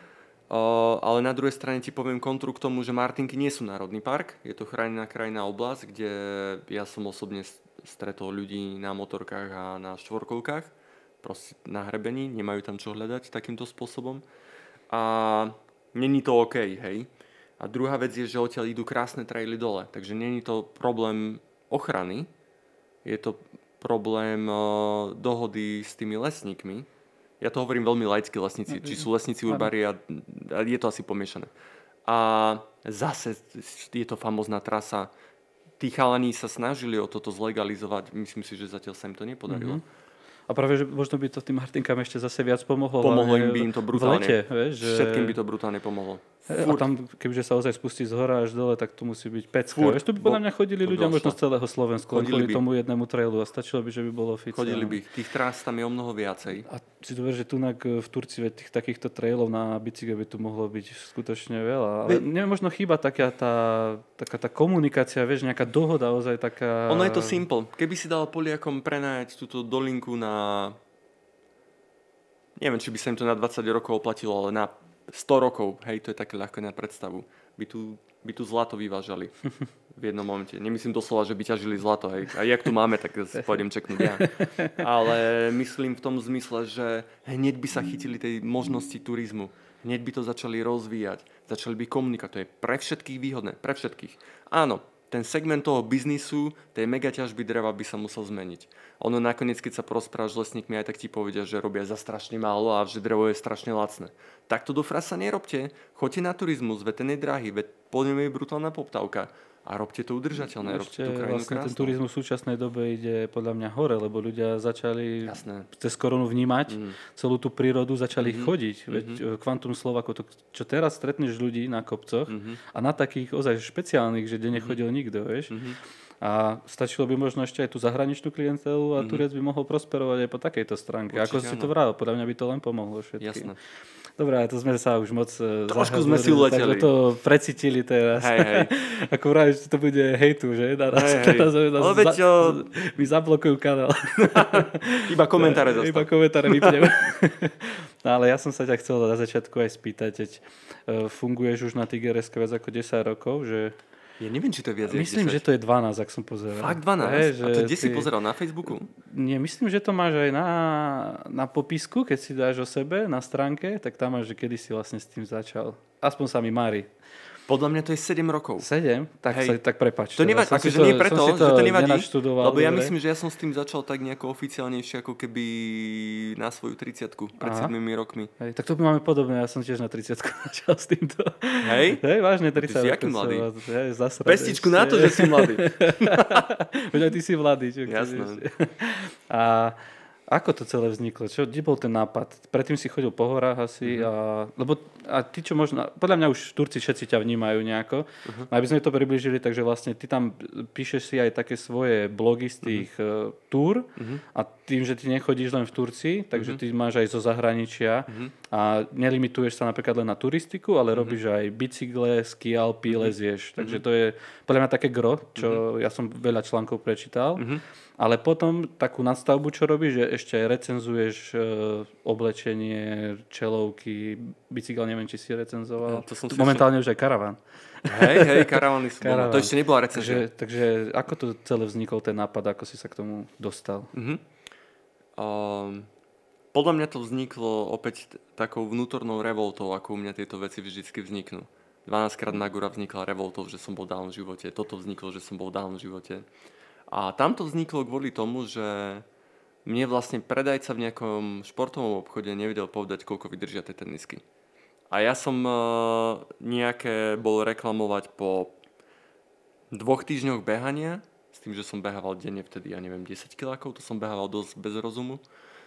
Uh, ale na druhej strane ti poviem kontru k tomu, že Martinky nie sú národný park, je to chránená krajinná oblasť, kde ja som osobne s- stretol ľudí na motorkách a na štvorkolkách, proste na hrebení, nemajú tam čo hľadať takýmto spôsobom. A není to OK, hej. A druhá vec je, že odtiaľ idú krásne traily dole, takže není to problém ochrany, je to problém uh, dohody s tými lesníkmi. Ja to hovorím veľmi laicky lesníci, či sú lesníci urbári a a je to asi pomiešané. A zase je to famózna trasa. Tí chalani sa snažili o toto zlegalizovať, myslím si, že zatiaľ sa im to nepodarilo. A práve, že možno by to tým Martinkám ešte zase viac pomohlo. Pomohlo hlavne im by im to v brutálne. lete, vieš, že... Všetkým by to brutálne pomohlo. A tam, kebyže sa ozaj spustí z hora až dole, tak tu musí byť pecka. Furt. Vieš, tu by podľa mňa chodili To by ľudia bolo možno šlo. z celého Slovensku, len Chodili kvôli by. tomu jednému trailu a stačilo by, že by bolo oficiálne. Chodili by. Tých trás tam je o mnoho viacej. A si to ver, že tu v Turcii veď tých takýchto trailov na bicykel by tu mohlo byť skutočne veľa. Ale Ve- neviem, možno chýba taká tá, taká tá komunikácia, vieš, nejaká dohoda ozaj taká... Ono je to simple. Keby si dal Poliakom prenajať túto dolinku na... Neviem, či by sa im to na dvadsať rokov oplatilo, ale na sto rokov, hej, to je také ľahké na predstavu, by tu, by tu zlato vyvážali v jednom momente. Nemyslím doslova, že by ťažili zlato, hej. A jak tu máme, tak pôjdem čeknúť ja. Ale myslím v tom zmysle, že hneď by sa chytili tej možnosti turizmu. Hneď by to začali rozvíjať. Začali by komunikovať. To je pre všetkých výhodné. Pre všetkých. Áno, ten segment toho biznisu, tej megaťažby dreva by sa musel zmeniť. Ono nakoniec, keď sa porozprávaš s lesníkmi, aj tak ti povedia, že robia za strašne málo a že drevo je strašne lacné. Takto do frasa nerobte. Choďte na turizmus, veď ten je drahý, veď po ňom je brutálna poptávka. A robte to udržateľné, robte Ešte tú krajinu vlastne ten krásnou. turizmus v súčasnej dobe ide podľa mňa hore, lebo ľudia začali Jasné. cez koronu vnímať Mm. celú tú prírodu, začali Mhm. chodiť. Veď e, Kvantum Slovaku, to, čo teraz stretneš ľudí na kopcoch Mhm. a na takých ozaj špeciálnych, že kde nechodil nikto, vieš. Mhm. A stačilo by možno ešte aj tú zahraničnú klientelu a Turec by mohol prosperovať aj po takejto stránke. Ako Určite si áno. to vral, podľa mňa by to len pomohlo všetkým. Jasné. Dobrá, to sme sa už moc Trošku sme si uleteli. Tak to precítili teraz. Hej, hej. Ako vravíš, to bude hejtu, že? Na nás, hej, hej. Nás, nás Ale veď... za, mi zablokujú kanál. Iba komentáre zostav. Iba komentáre vypnem. No, ale ja som sa ťa chcel na začiatku aj spýtať, keď uh, funguješ už na Tigereske viac ako desať rokov, že... Ja neviem, či to je viac. Myslím, že to je dvanásť, ak som pozeral. Fakt dvanásť? Hey, a to kde ty... si pozeral? Na Facebooku? Nie, myslím, že to máš aj na, na popisku, keď si dáš o sebe na stránke, tak tam máš, že kedy si vlastne s tým začal. Aspoň sa mi mári. Podľa mňa to je sedem rokov. sedem? Tak, sa, tak prepáč. To nevadí, akože nie preto, to, že to nevadí, lebo ja myslím, že ja som s tým začal tak nejako oficiálnejšie, ako keby na svoju tridsiatku, pred siedmimi rokmi. Hej, tak to by máme podobné, ja som tiež na tridsiatku začal s týmto. Hej? Hej, vážne tridsať. Ty si aký mladý? Hej, Pestičku na to, že si mladý. Veď ty si mladý. Čo jasné. A... Ako to celé vzniklo? Čo, kde bol ten nápad? Predtým si chodil po horách asi. Mm-hmm. A, lebo a ty čo možno... Podľa mňa už Turci všetci ťa vnímajú nejako. Uh-huh. Aby sme to priblížili, takže vlastne ty tam píšeš si aj také svoje blogy z tých uh-huh. uh, túr. Uh-huh. A tým, že ty nechodíš len v Turcii, takže uh-huh. ty máš aj zo zahraničia. Uh-huh. A nelimituješ sa napríklad len na turistiku, ale uh-huh. robíš aj bicykle, ski, alpy, uh-huh. lezieš. Takže uh-huh. to je podľa mňa také gro, čo uh-huh. ja som veľa článkov prečítal. Uh-huh. Ale potom takú nadstavbu, čo robíš, že ešte aj recenzuješ e, oblečenie, čelovky, bicykel, neviem, či si recenzoval. No, to som Momentálne už aj karavan. Hej, hej, karavany sú. Karavan. To ešte nebola recenzia. Takže, takže ako to celé vznikol ten nápad, ako si sa k tomu dostal? Uh-huh. Um, podľa mňa to vzniklo opäť t- takou vnútornou revoltou, ako u mňa tieto veci vždycky vzniknú. dvanásťkrát Nagura vznikla revoltou, že som bol down v živote. Toto vzniklo, že som bol down v živote. A tam to vzniklo kvôli tomu, že mne vlastne predajca v nejakom športovom obchode nevedel povedať, koľko vydržia tie tenisky. A ja som uh, nejaké bol reklamovať po dvoch týždňoch behania, s tým, že som behával denne vtedy, ja neviem, desať kilákov, to som behával dosť bez rozumu.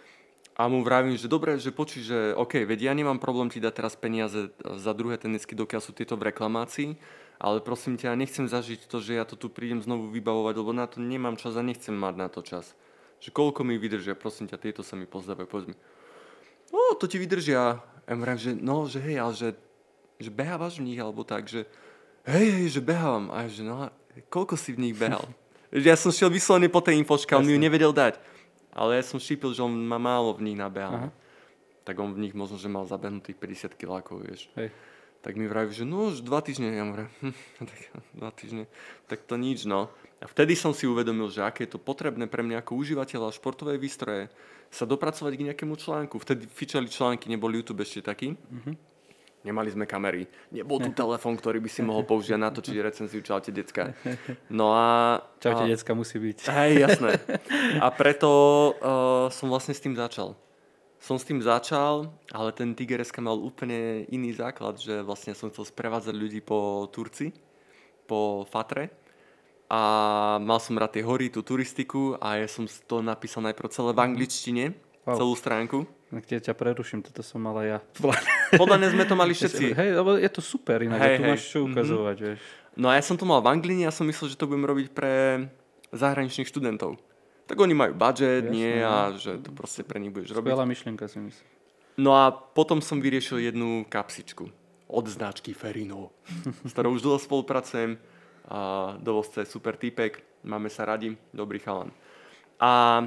A mu vravím, že dobre, že počuj, že OK, veď ja nemám problém ti dať teraz peniaze za druhé tenisky, dokiaľ sú tieto v reklamácii, ale prosím ťa, nechcem zažiť to, že ja to tu prídem znovu vybavovať, lebo na to nemám čas a nechcem mať na to čas. Že koľko mi vydržia, prosím ťa, tieto sa mi pozdávajú, povedz mi. No, to ti vydržia. Ja mu že no, že hej, ale že, že behávaš v nich, alebo tak, že hej, hej, že behávam. A ja, že no, koľko si v nich behal? Ja som šiel vyslovene po tej infočke, on mi ju nevedel dať. Ale ja som šípil, že on má málo v nich nabehané. Tak on v nich možno, že mal zabehnutých päťdesiat kilákov, vieš. Hej. Tak mi vraví, že no, už dva týždne. Ja mu vravím, hm, tak dva týždne, tak to nič, no. A vtedy som si uvedomil, že aké je to potrebné pre mňa ako užívateľa športovej výstroje sa dopracovať k nejakému článku. Vtedy fičali články, nebol YouTube ešte taký. Mm-hmm. Nemali sme kamery. Nebol tu telefón, ktorý by si mohol použiť na točiť recenziu Čaute, decka. No a... Čaute, a, decka musí byť. Hej, jasné. A preto uh, som vlastne s tým začal. Som s tým začal, ale ten Tigereska mal úplne iný základ, že vlastne som chcel sprevádzať ľudí po Turci, po Fatre. A mal som rád tie hory, tú turistiku a ja som to napísal najprv celé v angličtine, wow. Celú stránku. Keď ťa preruším, toto som mal aj ja. Podľa mňa sme to mali všetci. Hej, lebo je to super, inak hey, tu hey. máš čo ukazovať, mm-hmm. vieš. No a ja som to mal v angline a som myslel, že to budem robiť pre zahraničných študentov. Tak oni majú budget, jasne, nie, a že to proste pre nich budeš robiť. Skvelá myšlienka, si myslím. No a potom som vyriešil jednu kapsičku od značky Ferino, s ktorou už dlho spolupracujem. A dovozca je super týpek, máme sa radi, dobrý chalan. A,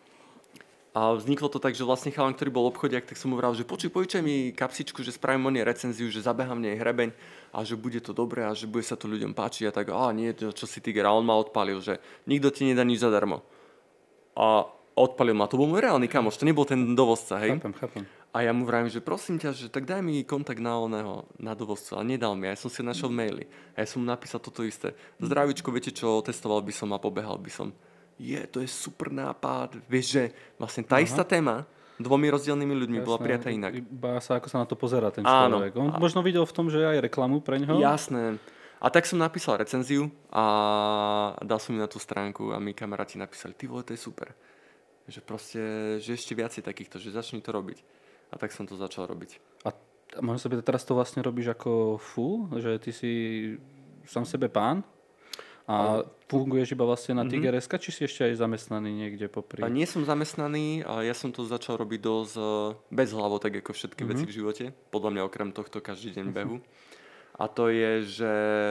a vzniklo to tak, že vlastne chalan, ktorý bol obchodiak, tak som mu vral, že počuj, požičaj mi kapsičku, že spravím o nej recenziu, že zabehám v nej hrebeň a že bude to dobré a že bude sa to ľuďom páčiť. A tak, a nie, čo si Tiger. A on ma odpálil, že nikto ti nedá nič zadarmo. A odpalil ma. To bol môj reálny kamoš, to nebol ten dovozca, hej? Chápem, chápem. A ja mu vravím, že prosím ťa, že tak daj mi kontakt na oného, na dovozcu. A nedal mi, ja som si našiel maily. A ja som mu napísal toto isté. Zdravičko, viete čo, testoval by som a pobehal by som. Je, to je super nápad. Vieš, že vlastne tá Aha. istá téma dvomi rozdielnymi ľuďmi Jasné, bola prijatá inak. Iba sa ako sa na to pozerá ten človek. Áno. On a... možno videl v tom, že aj reklamu pre ňoho. Jasné. A tak som napísal recenziu a dal som ju na tú stránku a mi kamaráti napísali, ty vole, to je super. Že proste, že ešte viacej takýchto, že začni to robiť. A tak som to začal robiť. A možno sa pýtať, teraz to vlastne robíš ako full? Že ty si sám sebe pán? A funguješ iba vlastne na Mhm. Tiger bodka es ká, či si ešte aj zamestnaný niekde popri? A nie som zamestnaný a ja som to začal robiť dosť eh, bezhlavo, tak ako všetky Mhm. veci v živote. Podľa mňa okrem tohto každý deň behu. A to je, že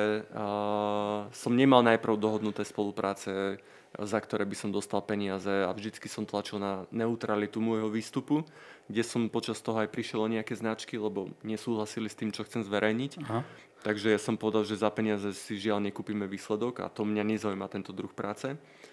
uh, som nemal najprv dohodnuté spolupráce, za ktoré by som dostal peniaze a vždycky som tlačil na neutralitu môjho výstupu, kde som počas toho aj prišiel o nejaké značky, lebo nesúhlasili s tým, čo chcem zverejniť. Aha. Takže ja som povedal, že za peniaze si žiaľ nekúpime výsledok a to mňa nezaujíma tento druh práce.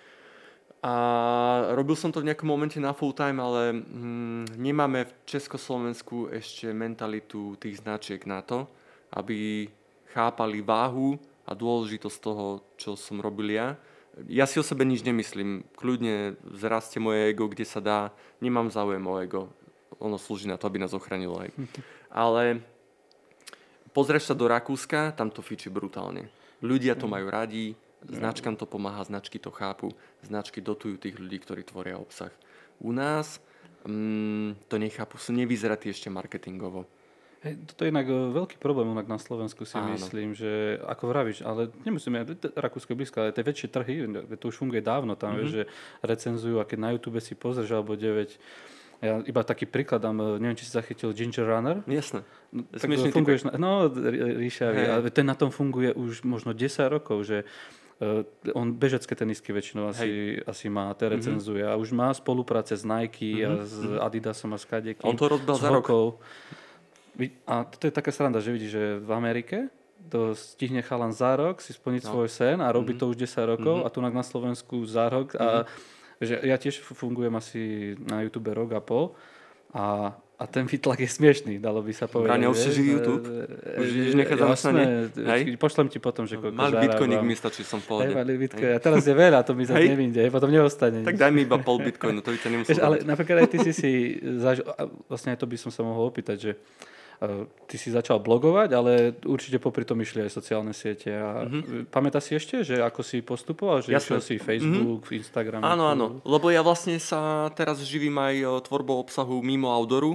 A robil som to v nejakom momente na full time, ale mm, nemáme v Československu ešte mentalitu tých značiek na to, aby chápali váhu a dôležitosť toho, čo som robil ja. Ja si o sebe nič nemyslím. Kľudne zrastie moje ego, kde sa dá. Nemám záujem o ego. Ono slúži na to, aby nás ochránilo aj. Ale pozrieš sa do Rakúska, tam to fičí brutálne. Ľudia to majú radi, značkám to pomáha, značky to chápu, značky dotujú tých ľudí, ktorí tvoria obsah. U nás mm, to nechápu, sú nevyzretí ešte marketingovo. Hej, toto je inak e, veľký problém inak na Slovensku, si Áno. myslím, že ako vravíš, ale nemusíme, t- Rakúsko je blízko, ale tie väčšie trhy, to už funguje dávno tam, mm-hmm. vieš, že recenzujú a keď na YouTube si pozrieš, alebo deväť, ja iba taký príklad dám, e, neviem, či si zachytil Ginger Runner. Jasné. No, tak Smiešný funguješ na, no, r- ríšavý, Hej. ale ten na tom funguje už možno desať rokov, že uh, on bežecké tenisky väčšinou asi, asi má, te recenzuje a už má spolupráce s Nike a s Adidasom a s kadekým. On to rozbehol s za rok. Hokou. Vid- A toto je taká sranda, že vidíš, že v Amerike to stihne chalan za rok si splniť No. svoj sen a robí to už desať rokov Mhm. a tu na Slovensku za rok a že ja tiež fungujem asi na YouTube rok a pol a, a ten výtlak je smiešný, dalo by sa povedať. Braňo, už si vieš. živý YouTube? E, Už e, ideš nechať jasné, zamestnanie? Hej? Pošlem ti potom, že koľko Mali bitcoinik zarábam. mi stačí, som v Hej, pohode. mali bitcoin. A teraz je veľa, to mi zase Hej. nevinde, potom neostane. Tak nič. daj mi iba pol bitcoinu, to by ťa nemusel Vieš, ale robiť. napríklad aj ty si si zažil, a vlastne aj to by som sa mohol opýtať, že uh, ty si začal blogovať, ale určite popri tom išli aj sociálne siete. A mm-hmm. pamätáš si ešte, že ako si postupoval, že Jasné. išiel si Facebook, mm-hmm. Instagram? Áno, YouTube? áno, lebo ja vlastne sa teraz živím aj o, tvorbou obsahu mimo outdooru.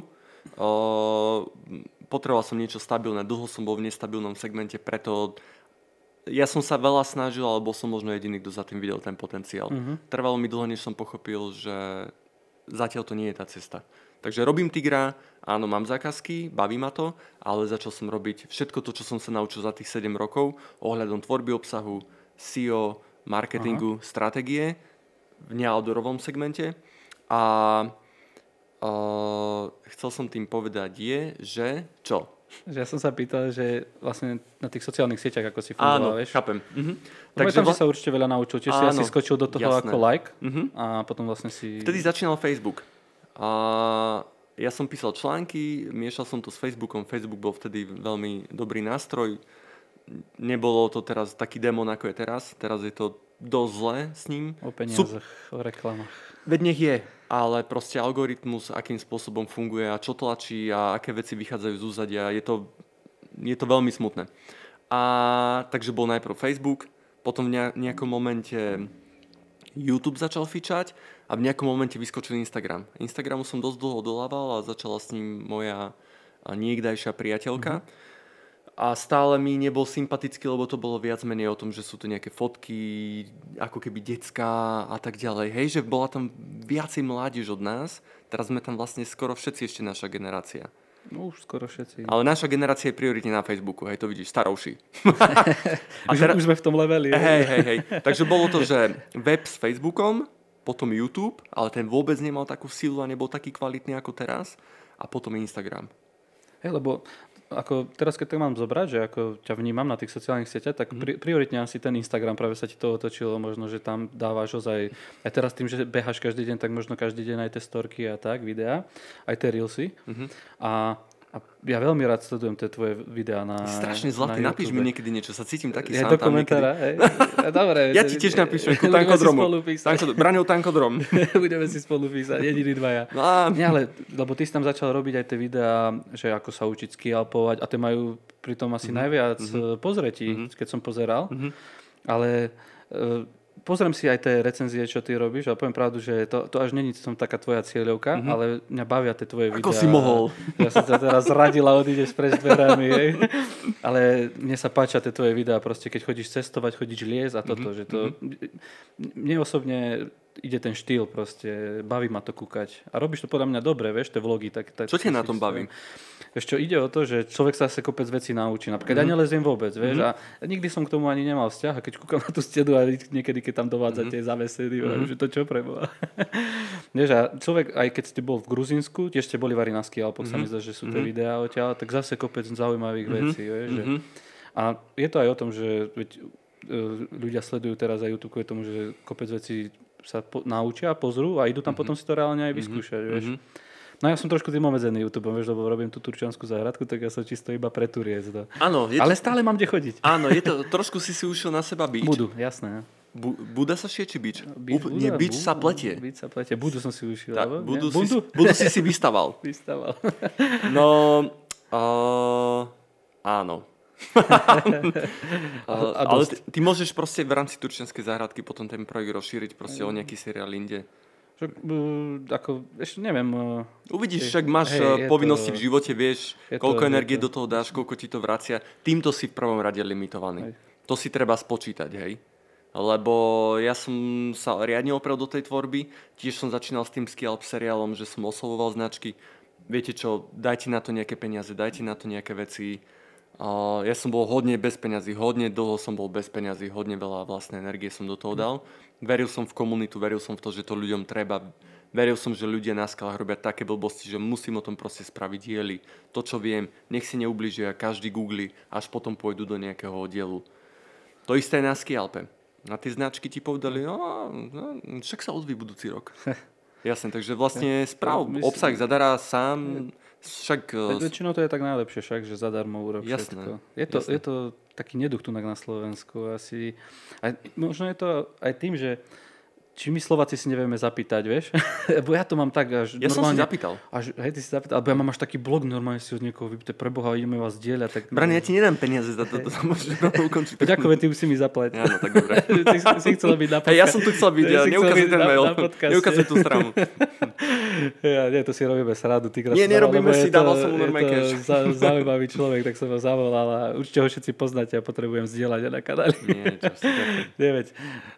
O, potreboval som niečo stabilné, dlho som bol v nestabilnom segmente, preto ja som sa veľa snažil, ale bol som možno jediný, kto za tým videl ten potenciál. Mhm. Trvalo mi dlho, než som pochopil, že zatiaľ to nie je tá cesta. Takže robím Tigra, áno, mám zákazky, baví ma to, ale začal som robiť všetko to, čo som sa naučil za tých sedem rokov ohľadom tvorby obsahu, es í o, marketingu, Aha. stratégie v neoutdoorovom segmente. A uh, chcel som tým povedať je, že čo? Že ja som sa pýtal, že vlastne na tých sociálnych sieťach, ako si fungoval, Áno, vieš? chápem. Mhm. Takže tam vla- si sa určite veľa naučil. Čiže si Áno, asi skočil do toho jasné. ako like Mhm. a potom vlastne si... Vtedy začínal Facebook. A ja som písal články, miešal som to s Facebookom. Facebook bol vtedy veľmi dobrý nástroj. Nebolo to teraz taký démon, ako je teraz. Teraz je to dosť zlé s ním. O peniazoch, o reklamách. Veď nech je, ale proste algoritmus, akým spôsobom funguje a čo tlačí a aké veci vychádzajú z úzadia, je to, je to veľmi smutné. A takže bol najprv Facebook, potom v nejakom momente YouTube začal fičať a v nejakom momente vyskočil Instagram. Instagramu som dosť dlho odolával a začala s ním moja niekdajšia priateľka. Mm-hmm. A stále mi nebol sympatický, lebo to bolo viac menej o tom, že sú to nejaké fotky, ako keby decká a tak ďalej. Hej, že bola tam viacej mládež od nás. Teraz sme tam vlastne skoro všetci ešte naša generácia. No už skoro všetci. Ale naša generácia je prioritne na Facebooku, hej, to vidíš, starovší. A už, teraz... už sme v tom leveli. Hej, hej, hej. Takže bolo to, že web s Facebookom, potom YouTube, ale ten vôbec nemal takú silu a nebol taký kvalitný ako teraz. A potom Instagram. Hej, lebo ako teraz, keď to mám zobrať, že ako ťa vnímam na tých sociálnych sieťach, tak pri, prioritne asi ten Instagram, práve sa ti to otočilo, možno, že tam dávaš ozaj, aj teraz tým, že beháš každý deň, tak možno každý deň aj tie storky a tak, videá, aj tie reelsy. Mm-hmm. A, a ja veľmi rád sledujem tie tvoje videá na strašne zlatý, na napíš mi niekedy niečo, sa cítim taký je sám do tam komentára, hej. Dobre. Ja ti tiež napíšem, ku tankodromu. Braňou tankodrom. Budeme si spolu písať, jediní dvaja. No a... Nie, ale, lebo ty si tam začal robiť aj tie videá, že ako sa učiť skialpovať a tie majú pritom asi mm-hmm. najviac mm-hmm. pozretí, mm-hmm. keď som pozeral. Mm-hmm. Ale uh, pozriem si aj tie recenzie, čo ty robíš, a poviem pravdu, že to, to až není som taká tvoja cieľovka, mm-hmm. ale mňa bavia tie tvoje videá. Ako si mohol? Ja som sa teraz zradila, odídeš preč dverami, hej. Ale mne sa páčia tie tvoje videá, proste keď chodíš cestovať, chodíš liesť a toto, mm-hmm. že to... Mne osobne ide ten štýl proste, baví ma to kúkať. A robíš to podľa mňa dobre, vieš, tie vlogy. Tak, tak, čo ťa na tom baví? Vieš čo, ide o to, že človek sa sa kopec vecí naučí. Napríklad mm-hmm. ja neleziem vôbec, vieš, mm-hmm. a nikdy som k tomu ani nemal vzťah, a keď kúkam na tú stedu a niekedy, keď tam dovádzate mm-hmm. zavesedy, mm-hmm. že to čo preboha. Vieš, a človek, aj keď ste bol v Gruzínsku, tiež ste boli v Arinánsky Alpoch, mm-hmm. sa mi zdá, že sú tie mm-hmm. videá odtiaľ, tak zase kopec zaujímavých mm-hmm. vecí, vieš. Mm-hmm. Že... A je to aj o tom, že veď, ľudia sledujú teraz aj YouTube kvôli tomu, že kopec vecí sa po, naučia, pozrú a idú tam mm-hmm. potom si to reálne aj vyskúšať, mm-hmm. vieš. No ja som trošku tým obmedzený YouTube, vieš, lebo robím tú turčiansku záhradku, tak ja som čisto iba pre turiec. Áno. Ale to... stále mám kde chodiť. Áno, je to, trošku si si ušiel na seba bič. Budu, jasné. Bu, Buda sa šie, či bič? Bič, Up, nie, bič bu, sa pletie. Bič sa pletie. Budu som si ušiel. Tak, budu, si, budu si si vystaval. Vystaval. No, uh, áno. ale ale ty, ty môžeš proste v rámci turčianskej záhradky potom ten projekt rozšíriť proste o nejaký seriál inde. Že, uh, ako, ešte neviem. Uh, Uvidíš, však máš hej, povinnosti to, v živote, vieš, koľko to, energie to. do toho dáš, koľko ti to vracia. Týmto si v prvom rade limitovaný. Hej. To si treba spočítať, hej. Lebo ja som sa riadne oprel do tej tvorby. Tiež som začínal s tým Ski Alp seriálom, že som oslovoval značky. Viete čo, dajte na to nejaké peniaze, dajte na to nejaké veci. Uh, ja som bol hodne bez peňazí, hodne dlho som bol bez peňazí, hodne veľa vlastnej energie som do toho dal. Veril som v komunitu, veril som v to, že to ľuďom treba. Veril som, že ľudia na skalách robia také blbosti, že musím o tom proste spraviť diely. To, čo viem, nech si neublížia, každý googli, až potom pôjdu do nejakého oddielu. To isté na Ski Alpe. A tie značky ti povedali, no, no však sa ozví budúci rok. Jasne, takže vlastne správ, obsah zadará sám... Však, väčšinou to je tak najlepšie, však, že zadarmo urobí všetko. Je to, je to taký neduch tu na Slovensku. Asi. A možno je to aj tým, že či my Slováci si nevieme zapýtať, vieš? Lebo ja to mám tak až... Ja normálne, som si zapýtal. Až, hej, ty si zapýtal, alebo ja mám až taký blog, normálne si od niekoho vypýte, preboha, ideme vás dieľať. Tak... Brane, ja ti nedám peniaze za to, to sa môžeš ukončiť. Ďakujem, ty už si mi zaplať. Áno, tak dobre. Ty si chcel byť na podcast. Hey, ja som tu chcel byť, ja neukazuj ten mail. Neukazuj tú stranu. Ja, nie, to si robíme sradu. Nie, nerobíme si, dával som mu normálne cash. Zaujímavý človek, tak som ho zavolal a určite ho všetci poznáte a potrebujem zdieľať na kanáli. Nie, čo si Neveď.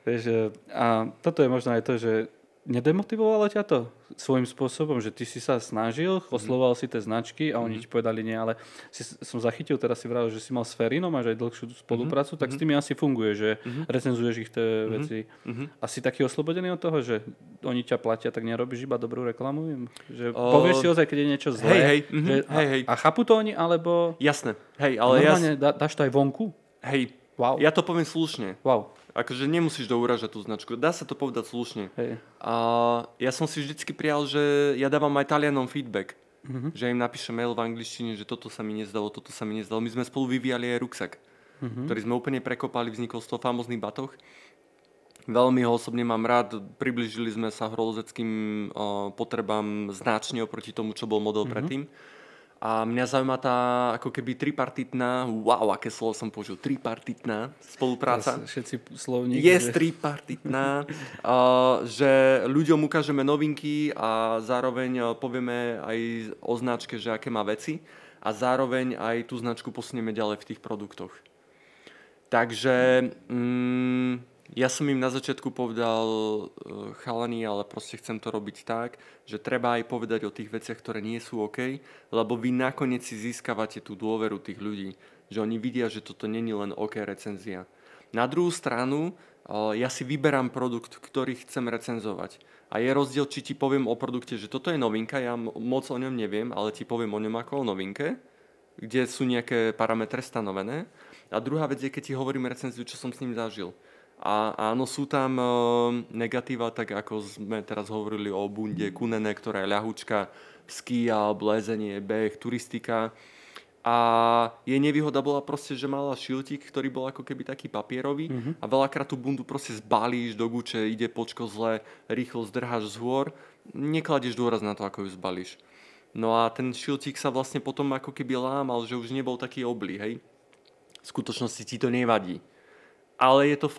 A toto je možno aj to, že nedemotivovalo ťa to svojím spôsobom, že ty si sa snažil, oslovoval si tie značky a oni mm-hmm. ti povedali nie, ale si, som zachytil, teraz si vravil, že si mal s Ferinom, máš aj dlhšiu spoluprácu, mm-hmm. tak s tými asi funguje, že mm-hmm. recenzuješ ich tie mm-hmm. veci. Mm-hmm. A si taký oslobodený od toho, že oni ťa platia, tak nerobíš iba dobrú reklamu? Že o... povieš si ozaj, keď je niečo zlé? Hej, hej. Mm-hmm. Že, hej, hej. A, a chápu to oni, alebo... Jasné. Hej, ale normálne ja... dá, dáš to aj vonku? Hej, wow. Ja to poviem slušne. Wow. Akože nemusíš douražať tú značku. Dá sa to povedať slušne. Hej. A ja som si vždycky prijal, že ja dávam aj Talianom feedback. Mm-hmm. Že im napíšem mail v angličtine, že toto sa mi nezdalo, toto sa mi nezdalo. My sme spolu vyvíjali aj ruksak, mm-hmm. ktorý sme úplne prekopali, vznikol z toho famózny batoh. Veľmi ho osobne mám rád. Priblížili sme sa horolezeckým uh, potrebám značne oproti tomu, čo bol model mm-hmm. predtým. A mňa zaujíma tá ako keby tripartitná, wow, aké slovo som použil, tripartitná spolupráca. Všetci slovníky. Je tripartitná, uh, že ľuďom ukážeme novinky a zároveň povieme aj o značke, že aké má veci a zároveň aj tú značku posunieme ďalej v tých produktoch. Takže... Mm, ja som im na začiatku povedal, chalani, ale proste chcem to robiť tak, že treba aj povedať o tých veciach, ktoré nie sú OK, lebo vy nakoniec si získavate tú dôveru tých ľudí, že oni vidia, že toto není len OK recenzia. Na druhú stranu, ja si vyberám produkt, ktorý chcem recenzovať. A je rozdiel, či ti poviem o produkte, že toto je novinka, ja moc o ňom neviem, ale ti poviem o ňom ako o novinke, kde sú nejaké parametre stanovené. A druhá vec je, keď ti hovorím recenziu, čo som s ním zažil. A áno, sú tam e, negatíva, tak ako sme teraz hovorili o bunde Kunene, ktorá je ľahučka, ski, blezenie, beh, turistika. A jej nevýhoda bola proste, že mala šiltík, ktorý bol ako keby taký papierový mm-hmm. a veľakrát tú bundu proste zbalíš do guče, ide počko zle, rýchlo zdrháš z hôr, nekladieš dôraz na to, ako ju zbalíš. No a ten šiltík sa vlastne potom ako keby lámal, že už nebol taký oblý, hej. V skutočnosti ti to nevadí. Ale je to fakt.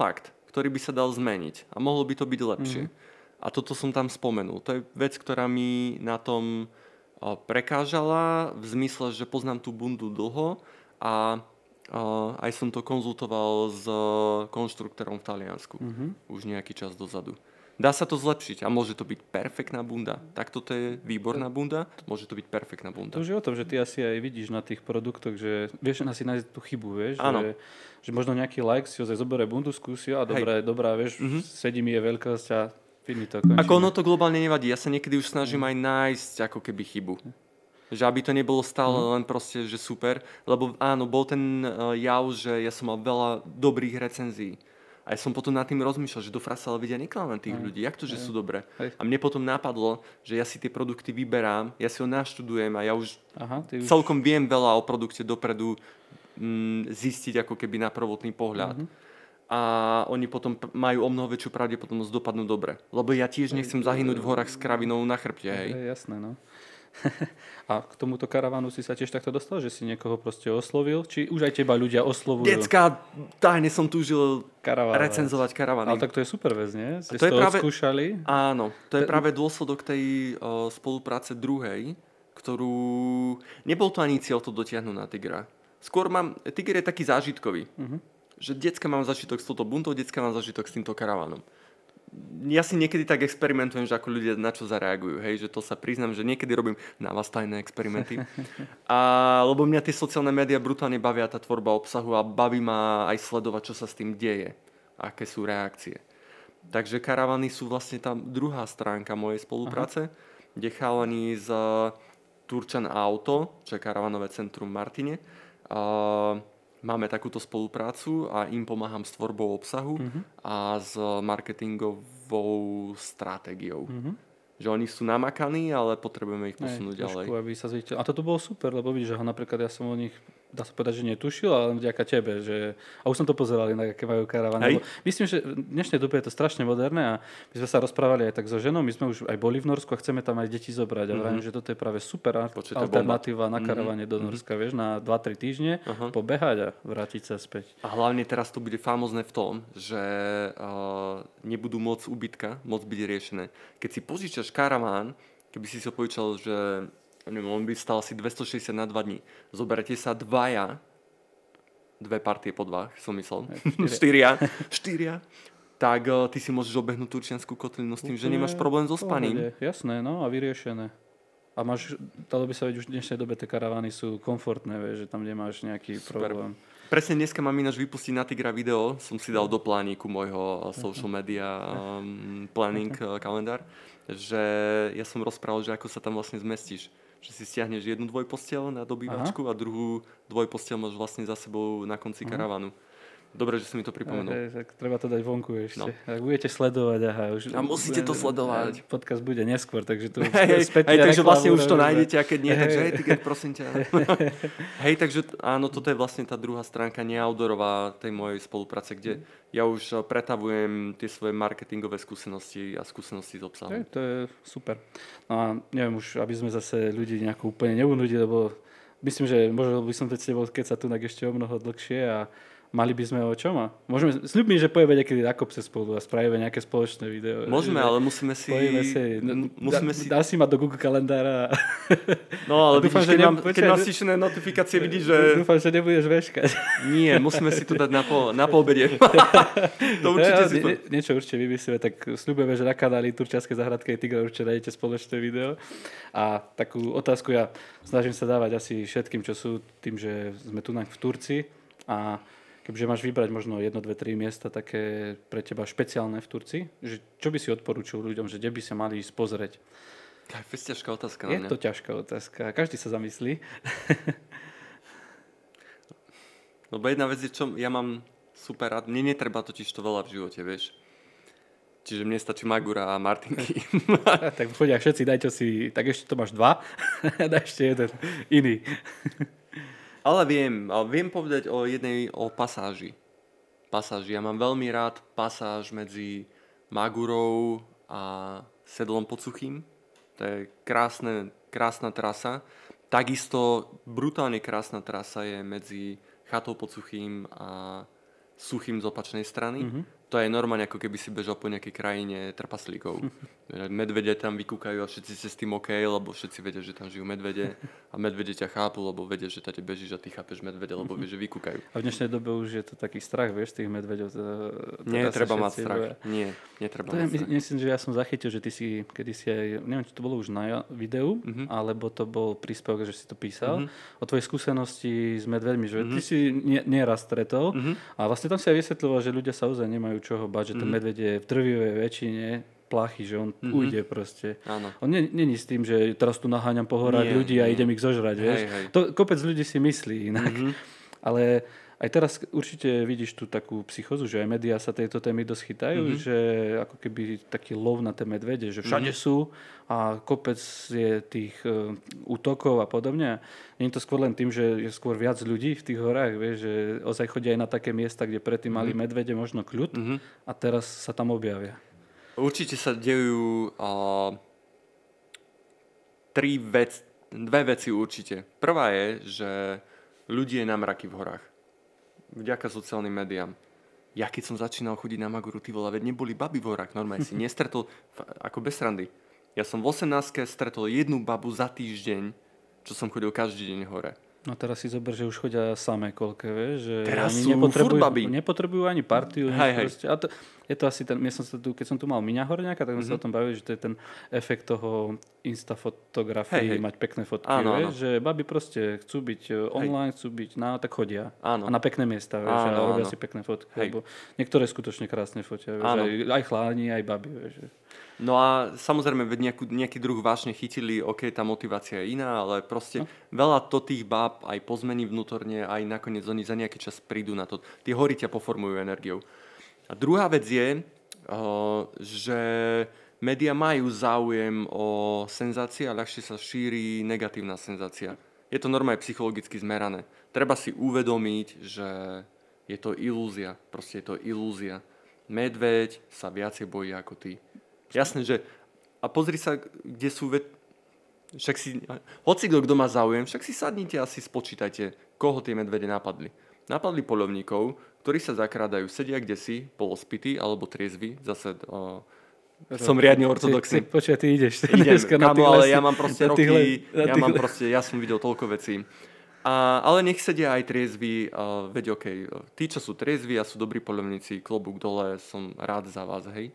ktorý by sa dal zmeniť a mohlo by to byť lepšie. Mm-hmm. A toto som tam spomenul. To je vec, ktorá mi na tom prekážala v zmysle, že poznám tú bundu dlho a aj som to konzultoval s konštruktorom v Taliansku mm-hmm. už nejaký čas dozadu. Dá sa to zlepšiť a môže to byť perfektná bunda. Tak toto je výborná bunda, môže to byť perfektná bunda. To už je o tom, že ty asi aj vidíš na tých produktoch, že vieš asi nájsť tú chybu, vieš, že, že možno nejaký like si ozaj zoberie bundu, skúsi a dobrá, dobrá, vieš, mm-hmm. sedí mi je veľkosť a finito, končíme. Ako ono to globálne nevadí, ja sa niekedy už snažím mm. aj nájsť ako keby chybu. Že aby to nebolo stále mm. len proste, že super, lebo áno, bol ten uh, jav, že ja som mal veľa dobrých recenzií. A ja som potom nad tým rozmýšľal, že do frasa ale vidia neklamať tých aj, ľudí. Jak to, že aj, sú dobré? Aj. A mne potom napadlo, že ja si tie produkty vyberám, ja si ho naštudujem a ja už Aha, už... celkom viem veľa o produkte dopredu mm, zistiť ako keby na prvotný pohľad. Mm-hmm. A oni potom p- majú o mnoho väčšiu pravdepodobnosť dopadnú dobre. Lebo ja tiež nechcem zahynúť v horách s kravinou na chrbte. Hej. Je jasné, no. A k tomuto karavánu si sa tiež takto dostal, že si niekoho proste oslovil? Či už aj teba ľudia oslovujú? Decka, tajne som túžil Karaván, recenzovať karavány. Ale tak to je super vec, nie? Ste to to práve, odskúšali? Áno, to je práve dôsledok tej uh, spolupráce druhej, ktorú... Nebol to ani cieľ to dotiahnuť na Tigra. Skôr mám... Tiger je taký zážitkový. Uh-huh. Že decka mám zažitok s touto buntou, decka mám zažitok s týmto karavánom. Ja si niekedy tak experimentujem, že ako ľudia na čo zareagujú, hej, že to sa priznám, že niekedy robím na vás tajné experimenty. A lebo mňa tie sociálne médiá brutálne bavia, tá tvorba obsahu a baví ma aj sledovať, čo sa s tým deje, aké sú reakcie. Takže karavany sú vlastne tá druhá stránka mojej spolupráce, Aha. kde chalani z Turčan Auto, čo je karavanové centrum v Martine, a máme takúto spoluprácu a im pomáham s tvorbou obsahu uh-huh. a s marketingovou stratégiou. Uh-huh. Že oni sú namakaní, ale potrebujeme ich posunúť Aj, ďalej. Trošku, aby sa zvidel. A toto bolo super, lebo vidíš, že ho napríklad ja som o nich, dá sa povedať, že netušil, ale vďaka tebe. Že... A už som to pozeral inak, aké majú karavany. Myslím, že v dnešnej dobe je to strašne moderné a my sme sa rozprávali aj tak so ženou, my sme už aj boli v Norsku a chceme tam aj deti zobrať. A vravím, mm-hmm. že toto je práve super Počujte alternatíva bomba. Na karavane mm-hmm. do Norska, vieš, na dva tri týždne uh-huh. pobehať a vrátiť sa späť. A hlavne teraz to bude famózne v tom, že uh, nebudú môcť ubytka, môcť byť riešené. Keď si požičaš karaván, keby si si ho požičal, že neviem, on by stal asi dvestošesťdesiat na dva dní. Zoberete sa dvaja, dve partie po dva, som myslel, štyria, štyria, tak uh, ty si môžeš obehnúť Turčiansku kotlinu s tým, že nemáš problém so spaním. Jasné, no a vyriešené. A máš, dalo by sa vedieť, už v dnešnej dobe tie karavany sú komfortné, vieš, že tam nemáš nejaký Super. Problém. Presne dneska mám ináč vypustiť na Tigra video, som si dal do plániku môjho social media um, planning uh, kalendár, že ja som rozprával, že ako sa tam vlastne zmestíš. Že si stiahneš jednu dvojposteľ na dobývačku Aha. a druhú dvojposteľ máš vlastne za sebou na konci Aha. karavanu. Dobre, že si mi to pripomenul. Aj, tak treba to dať vonku ešte. No. Ak budete sledovať, aha. Už, a musíte to sledovať. Podcast bude neskôr, takže tu hej, späť. Hej, takže vlastne už to nájdete a keď nie, hej. takže hej, Tiger, prosím ťa. Hej, takže áno, toto je vlastne tá druhá stránka neoudorová tej mojej spolupráce, kde ja už pretavujem tie svoje marketingové skúsenosti a skúsenosti z obsahu. Hej, to je super. No a neviem už, aby sme zase ľudí nejako úplne neunudili, lebo myslím, že možno by som teď s tebou kecať tu ešte o mnoho dlhšie a mali by sme o čom? A môžeme, sľub mi, že pojeme niekedy na kopce spolu a spravíme nejaké spoločné video. Môžeme, ale musíme si... si n- musíme dá, si... Dá si ma do Google kalendára. No, ale dúfam, vidíš, že keď, ne... mám, keď mám stišené notifikácie, vidíš, že... Dúfam, že nebudeš veškať. Nie, musíme si to dať na, po, na poobede. To určite ja, si... Nie, niečo určite vymyslíme, tak sľubujeme, že na kanáli Turčianskej záhradky Tigra určite nájdete spoločné video. A takú otázku ja snažím sa dávať asi všetkým, čo sú tým, že sme tu v Turcii a keďže máš vybrať možno jedno, dve, tri miesta také pre teba špeciálne v Turcii, že čo by si odporúčil ľuďom, že kde by sa mali ísť pozrieť? To je fest ťažká otázka. Je to ťažká otázka. Každý sa zamyslí. Lebo jedna vec je, čo ja mám super rád. Mne netreba totiž to veľa v živote, vieš. Čiže mne stačí Magura a Martinky. Tak chodia všetci, dajte si, tak ešte to máš dva, daj ešte jeden iný. Ale viem, ale viem povedať o jednej, o pasáži. Pasáži. Ja mám veľmi rád pasáž medzi Magurou a Sedlom pod Suchým. To je krásne, krásna trasa. Takisto brutálne krásna trasa je medzi Chatou pod Suchým a Suchým z opačnej strany. Mm-hmm. To je normálne, ako keby si bežal po nejakej krajine trpaslíkov. Medvede tam vykúkajú a všetci si s tým OK, lebo všetci vedia, že tam žijú medvede a medvede ťa chápu, lebo vedia, že tady bežíš a ty chápeš medvede, lebo vieš, že vykúkajú. A v dnešnej dobe už je to taký strach, vieš, tých medveďov. Nie, treba mať strach. Boja. Nie, netreba to mať je, strach. Myslím, že ja som zachytil, že ty si kedysi aj, neviem, či to bolo už na videu, uh-huh. alebo to bol príspevok, že si to písal, uh-huh. o tvojej skúsenosti s medveďmi, že uh-huh. ty si nie, nieraz stretol uh-huh. a vlastne tam si aj vysvetľoval, že ľudia sa ozaj nemajú čoho bať, že ten uh-huh. medveď je v drvivej väčšine plachy, že on mm-hmm. ujde proste. Áno. On není s tým, že teraz tu naháňam po horách ľudí a idem ich zožrať, vieš. Hej, hej. To kopec ľudí si myslí inak. Mm-hmm. Ale aj teraz určite vidíš tú takú psychózu, že aj médiá sa tejto témy dosť chytajú, mm-hmm. že ako keby taký lov na tie medvede, že všade mm-hmm. sú a kopec je tých uh, útokov a podobne. Nie je to skôr len tým, že je skôr viac ľudí v tých horách, vieš, že ozaj chodia aj na také miesta, kde predtým mm-hmm. mali medvede možno kľud mm-hmm. a teraz sa tam objavia. Určite sa dejú uh, tri vec, dve veci určite. Prvá je, že ľudí je na mraky v horách. Vďaka sociálnym médiám. Ja keď som začínal chodiť na Maguru, ty vole, veď neboli baby v horách. Normálne si nestretol, ako bez srandy. Ja som v osemnástke stretol jednu babu za týždeň, čo som chodil každý deň hore. No teraz si zober, že už chodia samé koľké, vieš, že teraz oni sú nepotrebujú, furt baby. nepotrebujú ani partiu. Hej, hej. A to, je to asi ten, ja som sa tu, keď som tu mal Miňa Horňáka, tak sme mm-hmm. sa o tom bavili, že to je ten efekt toho instafotografii, mať pekné fotky, áno, vieš, áno. že baby proste chcú byť online, hej. chcú byť na, tak chodia. Áno. A na pekné miesta, vieš, áno, a robia áno. si pekné fotky, hej. lebo niektoré skutočne krásne fotia, vieš, aj, aj chláni, aj baby, vieš. No a samozrejme, nejakú, nejaký druh vášne chytili, ok, tá motivácia je iná, ale proste no. veľa to tých báb aj pozmení vnútorne, aj nakoniec oni za nejaký čas prídu na to. Tie hory ťa poformujú energiou. A druhá vec je, uh, že médiá majú záujem o senzácie a ľahšie sa šíri negatívna senzácia. Je to normálne psychologicky zmerané. Treba si uvedomiť, že je to ilúzia. Proste je to ilúzia. Medveď sa viacej bojí ako ty. Jasné, že a pozri sa, kde sú ve... však si, hoci kto, kto má záujem, však si sadnite a si spočítajte, koho tie medvede napadli. Napadli poľovníkov, ktorí sa zakrádajú, sedia kde si, polospití alebo triezvi, zase o, som riadne ortodoxný. Počkaj, ty ideš. Idem, kamo, ale ja mám proste roky, ja mám proste, ja som videl toľko vecí. A, ale nech sedia aj triezvi, a, veď okej, okay, tí, čo sú triezvi a sú dobrí poľovníci, klobúk dole, som rád za vás, hej.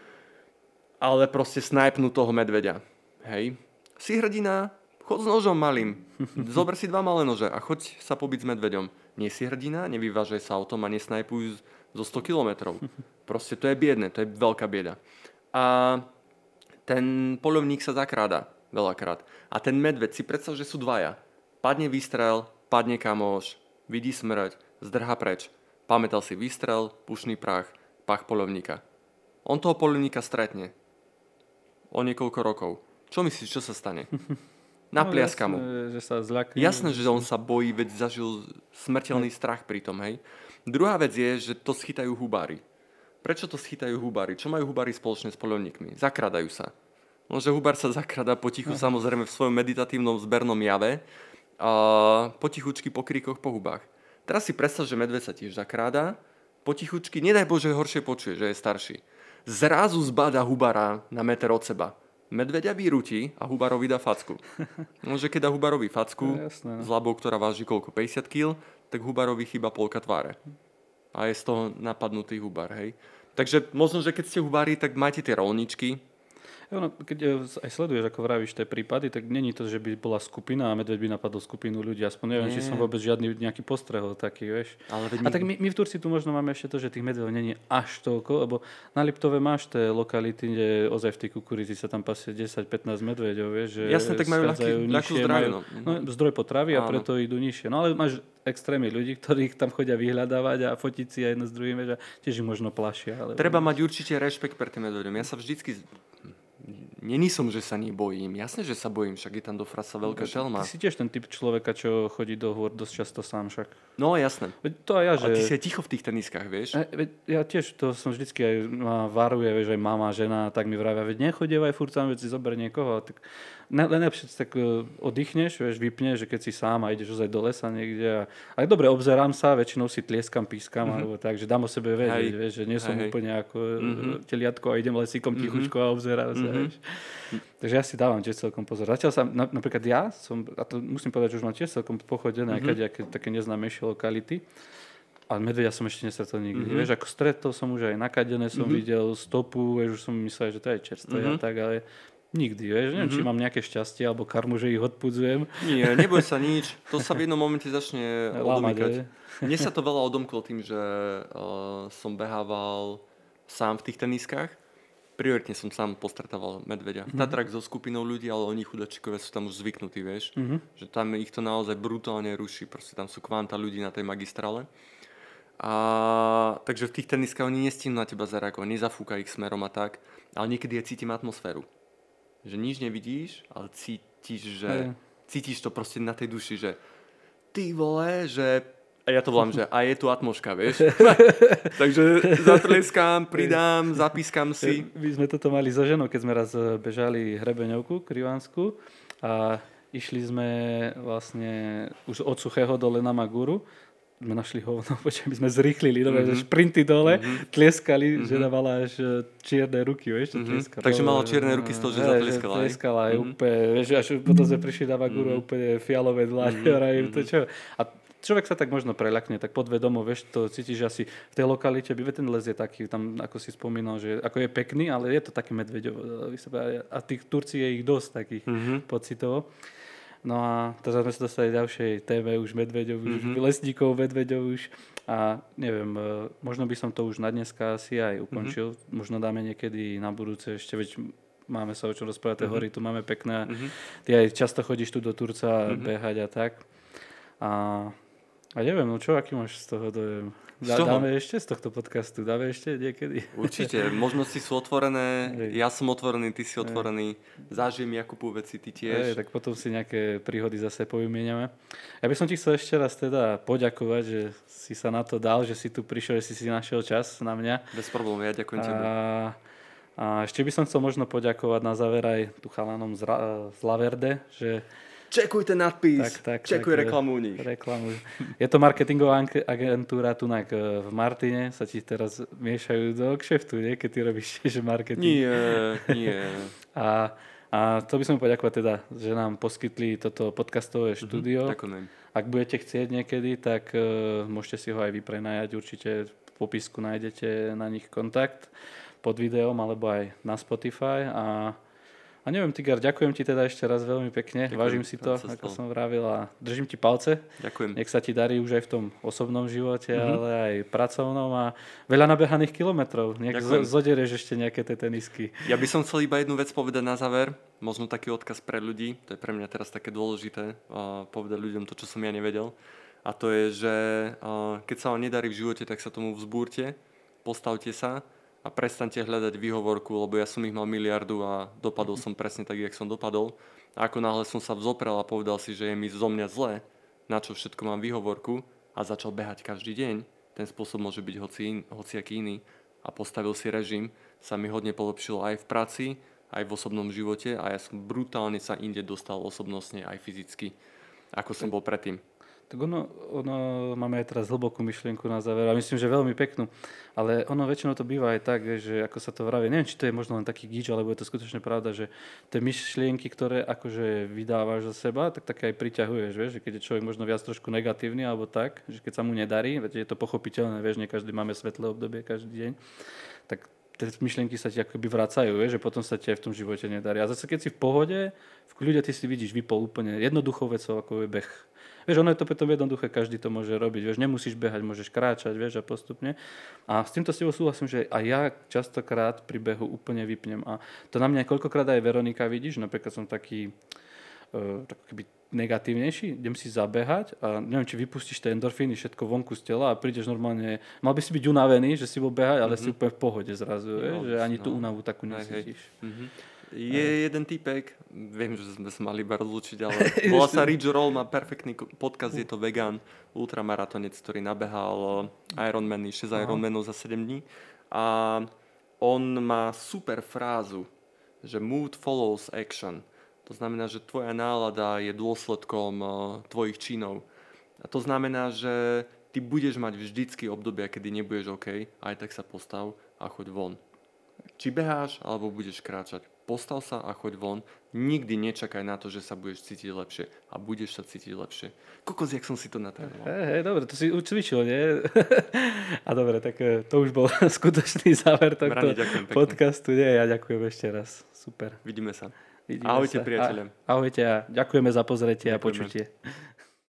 Ale proste snajpnú toho medveďa. Hej. Si hrdina, chod s nožom malým. Zober si dva malé nože a choď sa pobiť s medveďom. Nie si hrdina, nevyvážaj sa autom a nesnajpuj zo sto kilometrov. Proste to je biedne, to je veľká bieda. A ten poľovník sa zakráda veľakrát. A ten medveď, si predstav, že sú dvaja. Padne výstrel, padne kamoš, vidí smrť, zdrha preč. Pamätal si výstrel, pušný prach, pach poľovníka. On toho poľovníka stretne. O niekoľko rokov. Čo myslíš, čo sa stane? Napliaska mu. No, jasné, že sa zľakne. Jasné, že on sa bojí, veď zažil smrteľný strach pri tom, hej. Druhá vec je, že to schytajú hubári. Prečo to schytajú hubári? Čo majú hubári spoločne s poľovníkmi? Zakradajú sa. No, že hubár sa zakradá potichu, no. Samozrejme v svojom meditatívnom zbernom jave a potichučky po kríkoch po hubách. Teraz si predstav, že medveď sa tiež zakráda, potichučky, nedaj Bože, horšie počuje, že je starší. Zrazu zbada hubara na meter od seba. Medveďa vyrúti a hubarovi dá facku. No, že keď dá hubarovi facku no, s labou, ktorá váži koľko, päťdesiat kilogramov, tak hubarovi chýba polka tváre. A je z toho napadnutý hubar, hej. Takže možno, že keď ste hubári, tak máte tie rolničky. No, keď aj sleduješ, ako vravíš, tie prípady, tak není to, že by bola skupina a medveď by napadol skupinu ľudí. Aspoň neviem, či som vôbec žiadny nejaký postrehol taký, vieš. Ale a tak my, my v Turci tu možno máme ešte to, že tých medveďov není až toľko, lebo na Liptove máš tie lokality, kde ozaj v tej kukurici sa tam pasie desať pätnásť medveďov, vieš. Že jasne, tak majú ľahkú zdravie. No. No, zdroj potravy a preto idú nižšie. No ale máš extrémne ľudí, ktorí tam chodia vyhľadávať a fotiť si aj jedno s druhým, vieš, a tiež ich možno plašia. Ale... Treba mať určite rešpekt pre tým medveďom. Ja sa vždycky není som, že sa nebojím. Jasné, že sa bojím, však je tam do frasa veľká šelma. Ty si tiež ten typ človeka, čo chodí do hôr dosť často sám však. No jasné. Veď to aj ja, že... Ale ty si aj ticho v tých teniskách, vieš? E, veď ja tiež to som vždycky aj ma varuje, vieš, aj mama, žena, tak mi vravia, veď nechodievaj furt sám, veď si zober niekoho. Tak, najlepšie tak uh, oddychneš, vieš, vypneš, že keď si sám a ideš ozaj do lesa niekde. A, ale dobre, obzerám sa, väčšinou si tlieskam, pískam, mm-hmm. alebo tak, že dám o sebe vedieť, vieš, že nie som hej, úplne ako mm-hmm. teliatko a idem lesíkom mm-hmm. tichučko a obzerám sa, mm-hmm. vieš. Takže ja si dávam tiež celkom pozor. Zatiaľ sa, na, napríklad ja som, a to musím povedať, že už mám tiež celkom pochodené, mm-hmm. aj také neznámejšie lokality. Ale medveďa som ešte nestretol nikdy. Mm-hmm. Vieš, ako stretol som už aj nakadené, som mm-hmm. videl stopu, vieš, už som myslel, že to je čerstvé mm-hmm. a tak, ale nikdy, vieš. Neviem, mm-hmm. či mám nejaké šťastie alebo karmu, že ich odpudzujem. Nie, neboj sa nič. To sa v jednom momente začne odomýkať. Mne sa to veľa odomklo tým, že uh, som behával sám v tých teniskách. Prioritne som sám postretával medveďa. Mm-hmm. Tatrak so skupinou ľudí, ale oni chudačikovia sú tam už zvyknutí, vieš. Mm-hmm. Že tam ich to naozaj brutálne ruší. Proste tam sú kvanta ľudí na tej magistrále. A takže v tých teniskách oni nestihnú na teba zareagovať, nezafúka ich smerom a tak, ale niekedy aj cítim atmosféru. Že nič nevidíš, ale cítiš, že hey. cítiš to proste na tej duši, že ty vole, že a ja to volám, že a je tu atmoška, vieš. Takže zatleskám, pridám, zapískam si. My sme toto mali so ženou, keď sme raz bežali hrebeňovku krivánsku a išli sme vlastne už od Suchého dole na Maguru. My našli hovno, počkaj, my sme zrýchlili, dobre, mm-hmm. že šprinty dole, mm-hmm. tlieskali, mm-hmm. že mala až čierne ruky, vieš, čo tlieskala. Mm-hmm. Takže mala čierne ruky z toho, že zatlieskala. Že tlieskala aj mm-hmm. úplne, vieš, až potom sme prišli na Maguru mm-hmm. úplne fialové dlane, mm-hmm. to čo. A človek sa tak možno preľakne, tak podvedomo, vieš, to cítiš asi v tej lokalite, by ten les je taký, tam ako si spomínal, že ako je pekný, ale je to také medveďovo. A tých Turci je ich dosť takých mm-hmm. pocitovo. No a teraz sme sa dostali ďalšej téme už medveďov, mm-hmm. už lesníkov medveďov už a neviem, možno by som to už na dneska asi aj ukončil, mm-hmm. možno dáme niekedy na budúce ešte, veď máme sa o čom rozprávať, mm-hmm. hory tu máme pekné, mm-hmm. ty aj často chodíš tu do Turca mm-hmm. behať a tak a, a neviem, no čo, aký máš z toho dojem? Dá, dáme ešte z tohto podcastu, dáme ešte niekedy. Určite, možnosti sú otvorené, ja som otvorený, ty si otvorený, zažijem Jakubú veci, ty tiež. Ej, tak potom si nejaké príhody zase povymieňame. Ja by som ti chcel ešte raz teda poďakovať, že si sa na to dal, že si tu prišiel, že si si našiel čas na mňa. Bez problémov, ja ďakujem tebe. A ešte by som chcel možno poďakovať na záver aj tu chalanom z, z Laverde, že čekuj ten nadpis, tak, tak, čekuj tak, reklamu u nich. Reklamu. Je to marketingová agentúra tunak v Martine, sa ti teraz miešajú do kšeftu, nie? Keď ty robíš tiež marketing. Nie, nie. A, a to by som poďakovať teda, že nám poskytli toto podcastové štúdio. Ďakujem. Ak budete chcieť niekedy, tak uh, môžete si ho aj vyprenajať. Určite v popisku nájdete na nich kontakt pod videom alebo aj na Spotify. A A neviem, Tigar, ďakujem ti teda ešte raz veľmi pekne. Ďakujem, vážim si to, ako stalo. Som vravil a držím ti palce. Ďakujem. Nech sa ti darí už aj v tom osobnom živote, mm-hmm. ale aj pracovnom a veľa nabehaných kilometrov. Nech z- zoderieš ešte nejaké tie tenisky. Ja by som chcel iba jednu vec povedať na záver. Možno taký odkaz pre ľudí. To je pre mňa teraz také dôležité uh, povedať ľuďom to, čo som ja nevedel. A to je, že uh, keď sa vám nedarí v živote, tak sa tomu vzbúrte, postavte sa a prestaňte hľadať výhovorku, lebo ja som ich mal miliardu a dopadol som presne tak, jak som dopadol. A ako náhle som sa vzoprel a povedal si, že je mi zo mňa zle, na čo všetko mám výhovorku a začal behať každý deň, ten spôsob môže byť hoci in, hociaký iný a postavil si režim, sa mi hodne polepšilo aj v práci, aj v osobnom živote a ja som brutálne sa inde dostal osobnostne aj fyzicky, ako som bol predtým. Tak ono, ono, máme aj teraz hlbokú myšlienku na záver a myslím, že veľmi peknú, ale ono väčšinou to býva aj tak, že ako sa to vraví, neviem, či to je možno len taký gíč, alebo je to skutočne pravda, že tie myšlienky, ktoré akože vydávaš za seba, tak také aj priťahuješ, vieš, že keď je človek možno viac trošku negatívny alebo tak, že keď sa mu nedarí, veď je to pochopiteľné, vieš, nie každý máme svetlé obdobie každý deň, tak tie myšlienky sa ti akoby vracajú, vieš, že potom sa ti aj v tom živote nedarí. A zase keď si v pohode, v kľude ty si vidíš vypol úplne jednoduchou vecou, ako je beh. Vieš, ono je to potom jednoduché, každý to môže robiť. Vieš, nemusíš behať, môžeš kráčať, vieš, a postupne. A s týmto s tebou súhlasím, že aj ja častokrát pri behu úplne vypnem. A to na mňa koľkokrát aj Veronika vidíš, napríklad som taký uh, taký negatívnejší, idem si zabehať a neviem, či vypustíš tie endorfíny, všetko vonku z tela a prídeš normálne, mal by si byť unavený, že si bol behať, ale mm-hmm. si úplne v pohode zrazu, no, vieš, že ani no. tú únavu takú necítiš. Mm-hmm. Je jeden typek, viem, že sme sa mali iba rozlučiť, ale volá sa Ridge Roll, má perfektný podcast, je to vegan, ultramaratonec, ktorý nabehal Ironmany, šesť Ironmanov za sedem dní. A on má super frázu, že mood follows action. To znamená, že tvoja nálada je dôsledkom uh, tvojich činov. A to znamená, že ty budeš mať vždycky obdobia, kedy nebudeš OK, aj tak sa postav a choď von. Či beháš, alebo budeš kráčať. Postav sa a choď von. Nikdy nečakaj na to, že sa budeš cítiť lepšie. A budeš sa cítiť lepšie. Kokos, jak som si to natrénoval. Hej, hej, dobre, to si ucvičil, nie? A dobre, tak to už bol skutočný záver tohto podcastu. Nie, ja ďakujem ešte raz. Super. Vidíme sa. Vidíme ahojte, sa. priateľe. A, ahojte a ďakujeme za pozretie Ďakujeme. a počutie.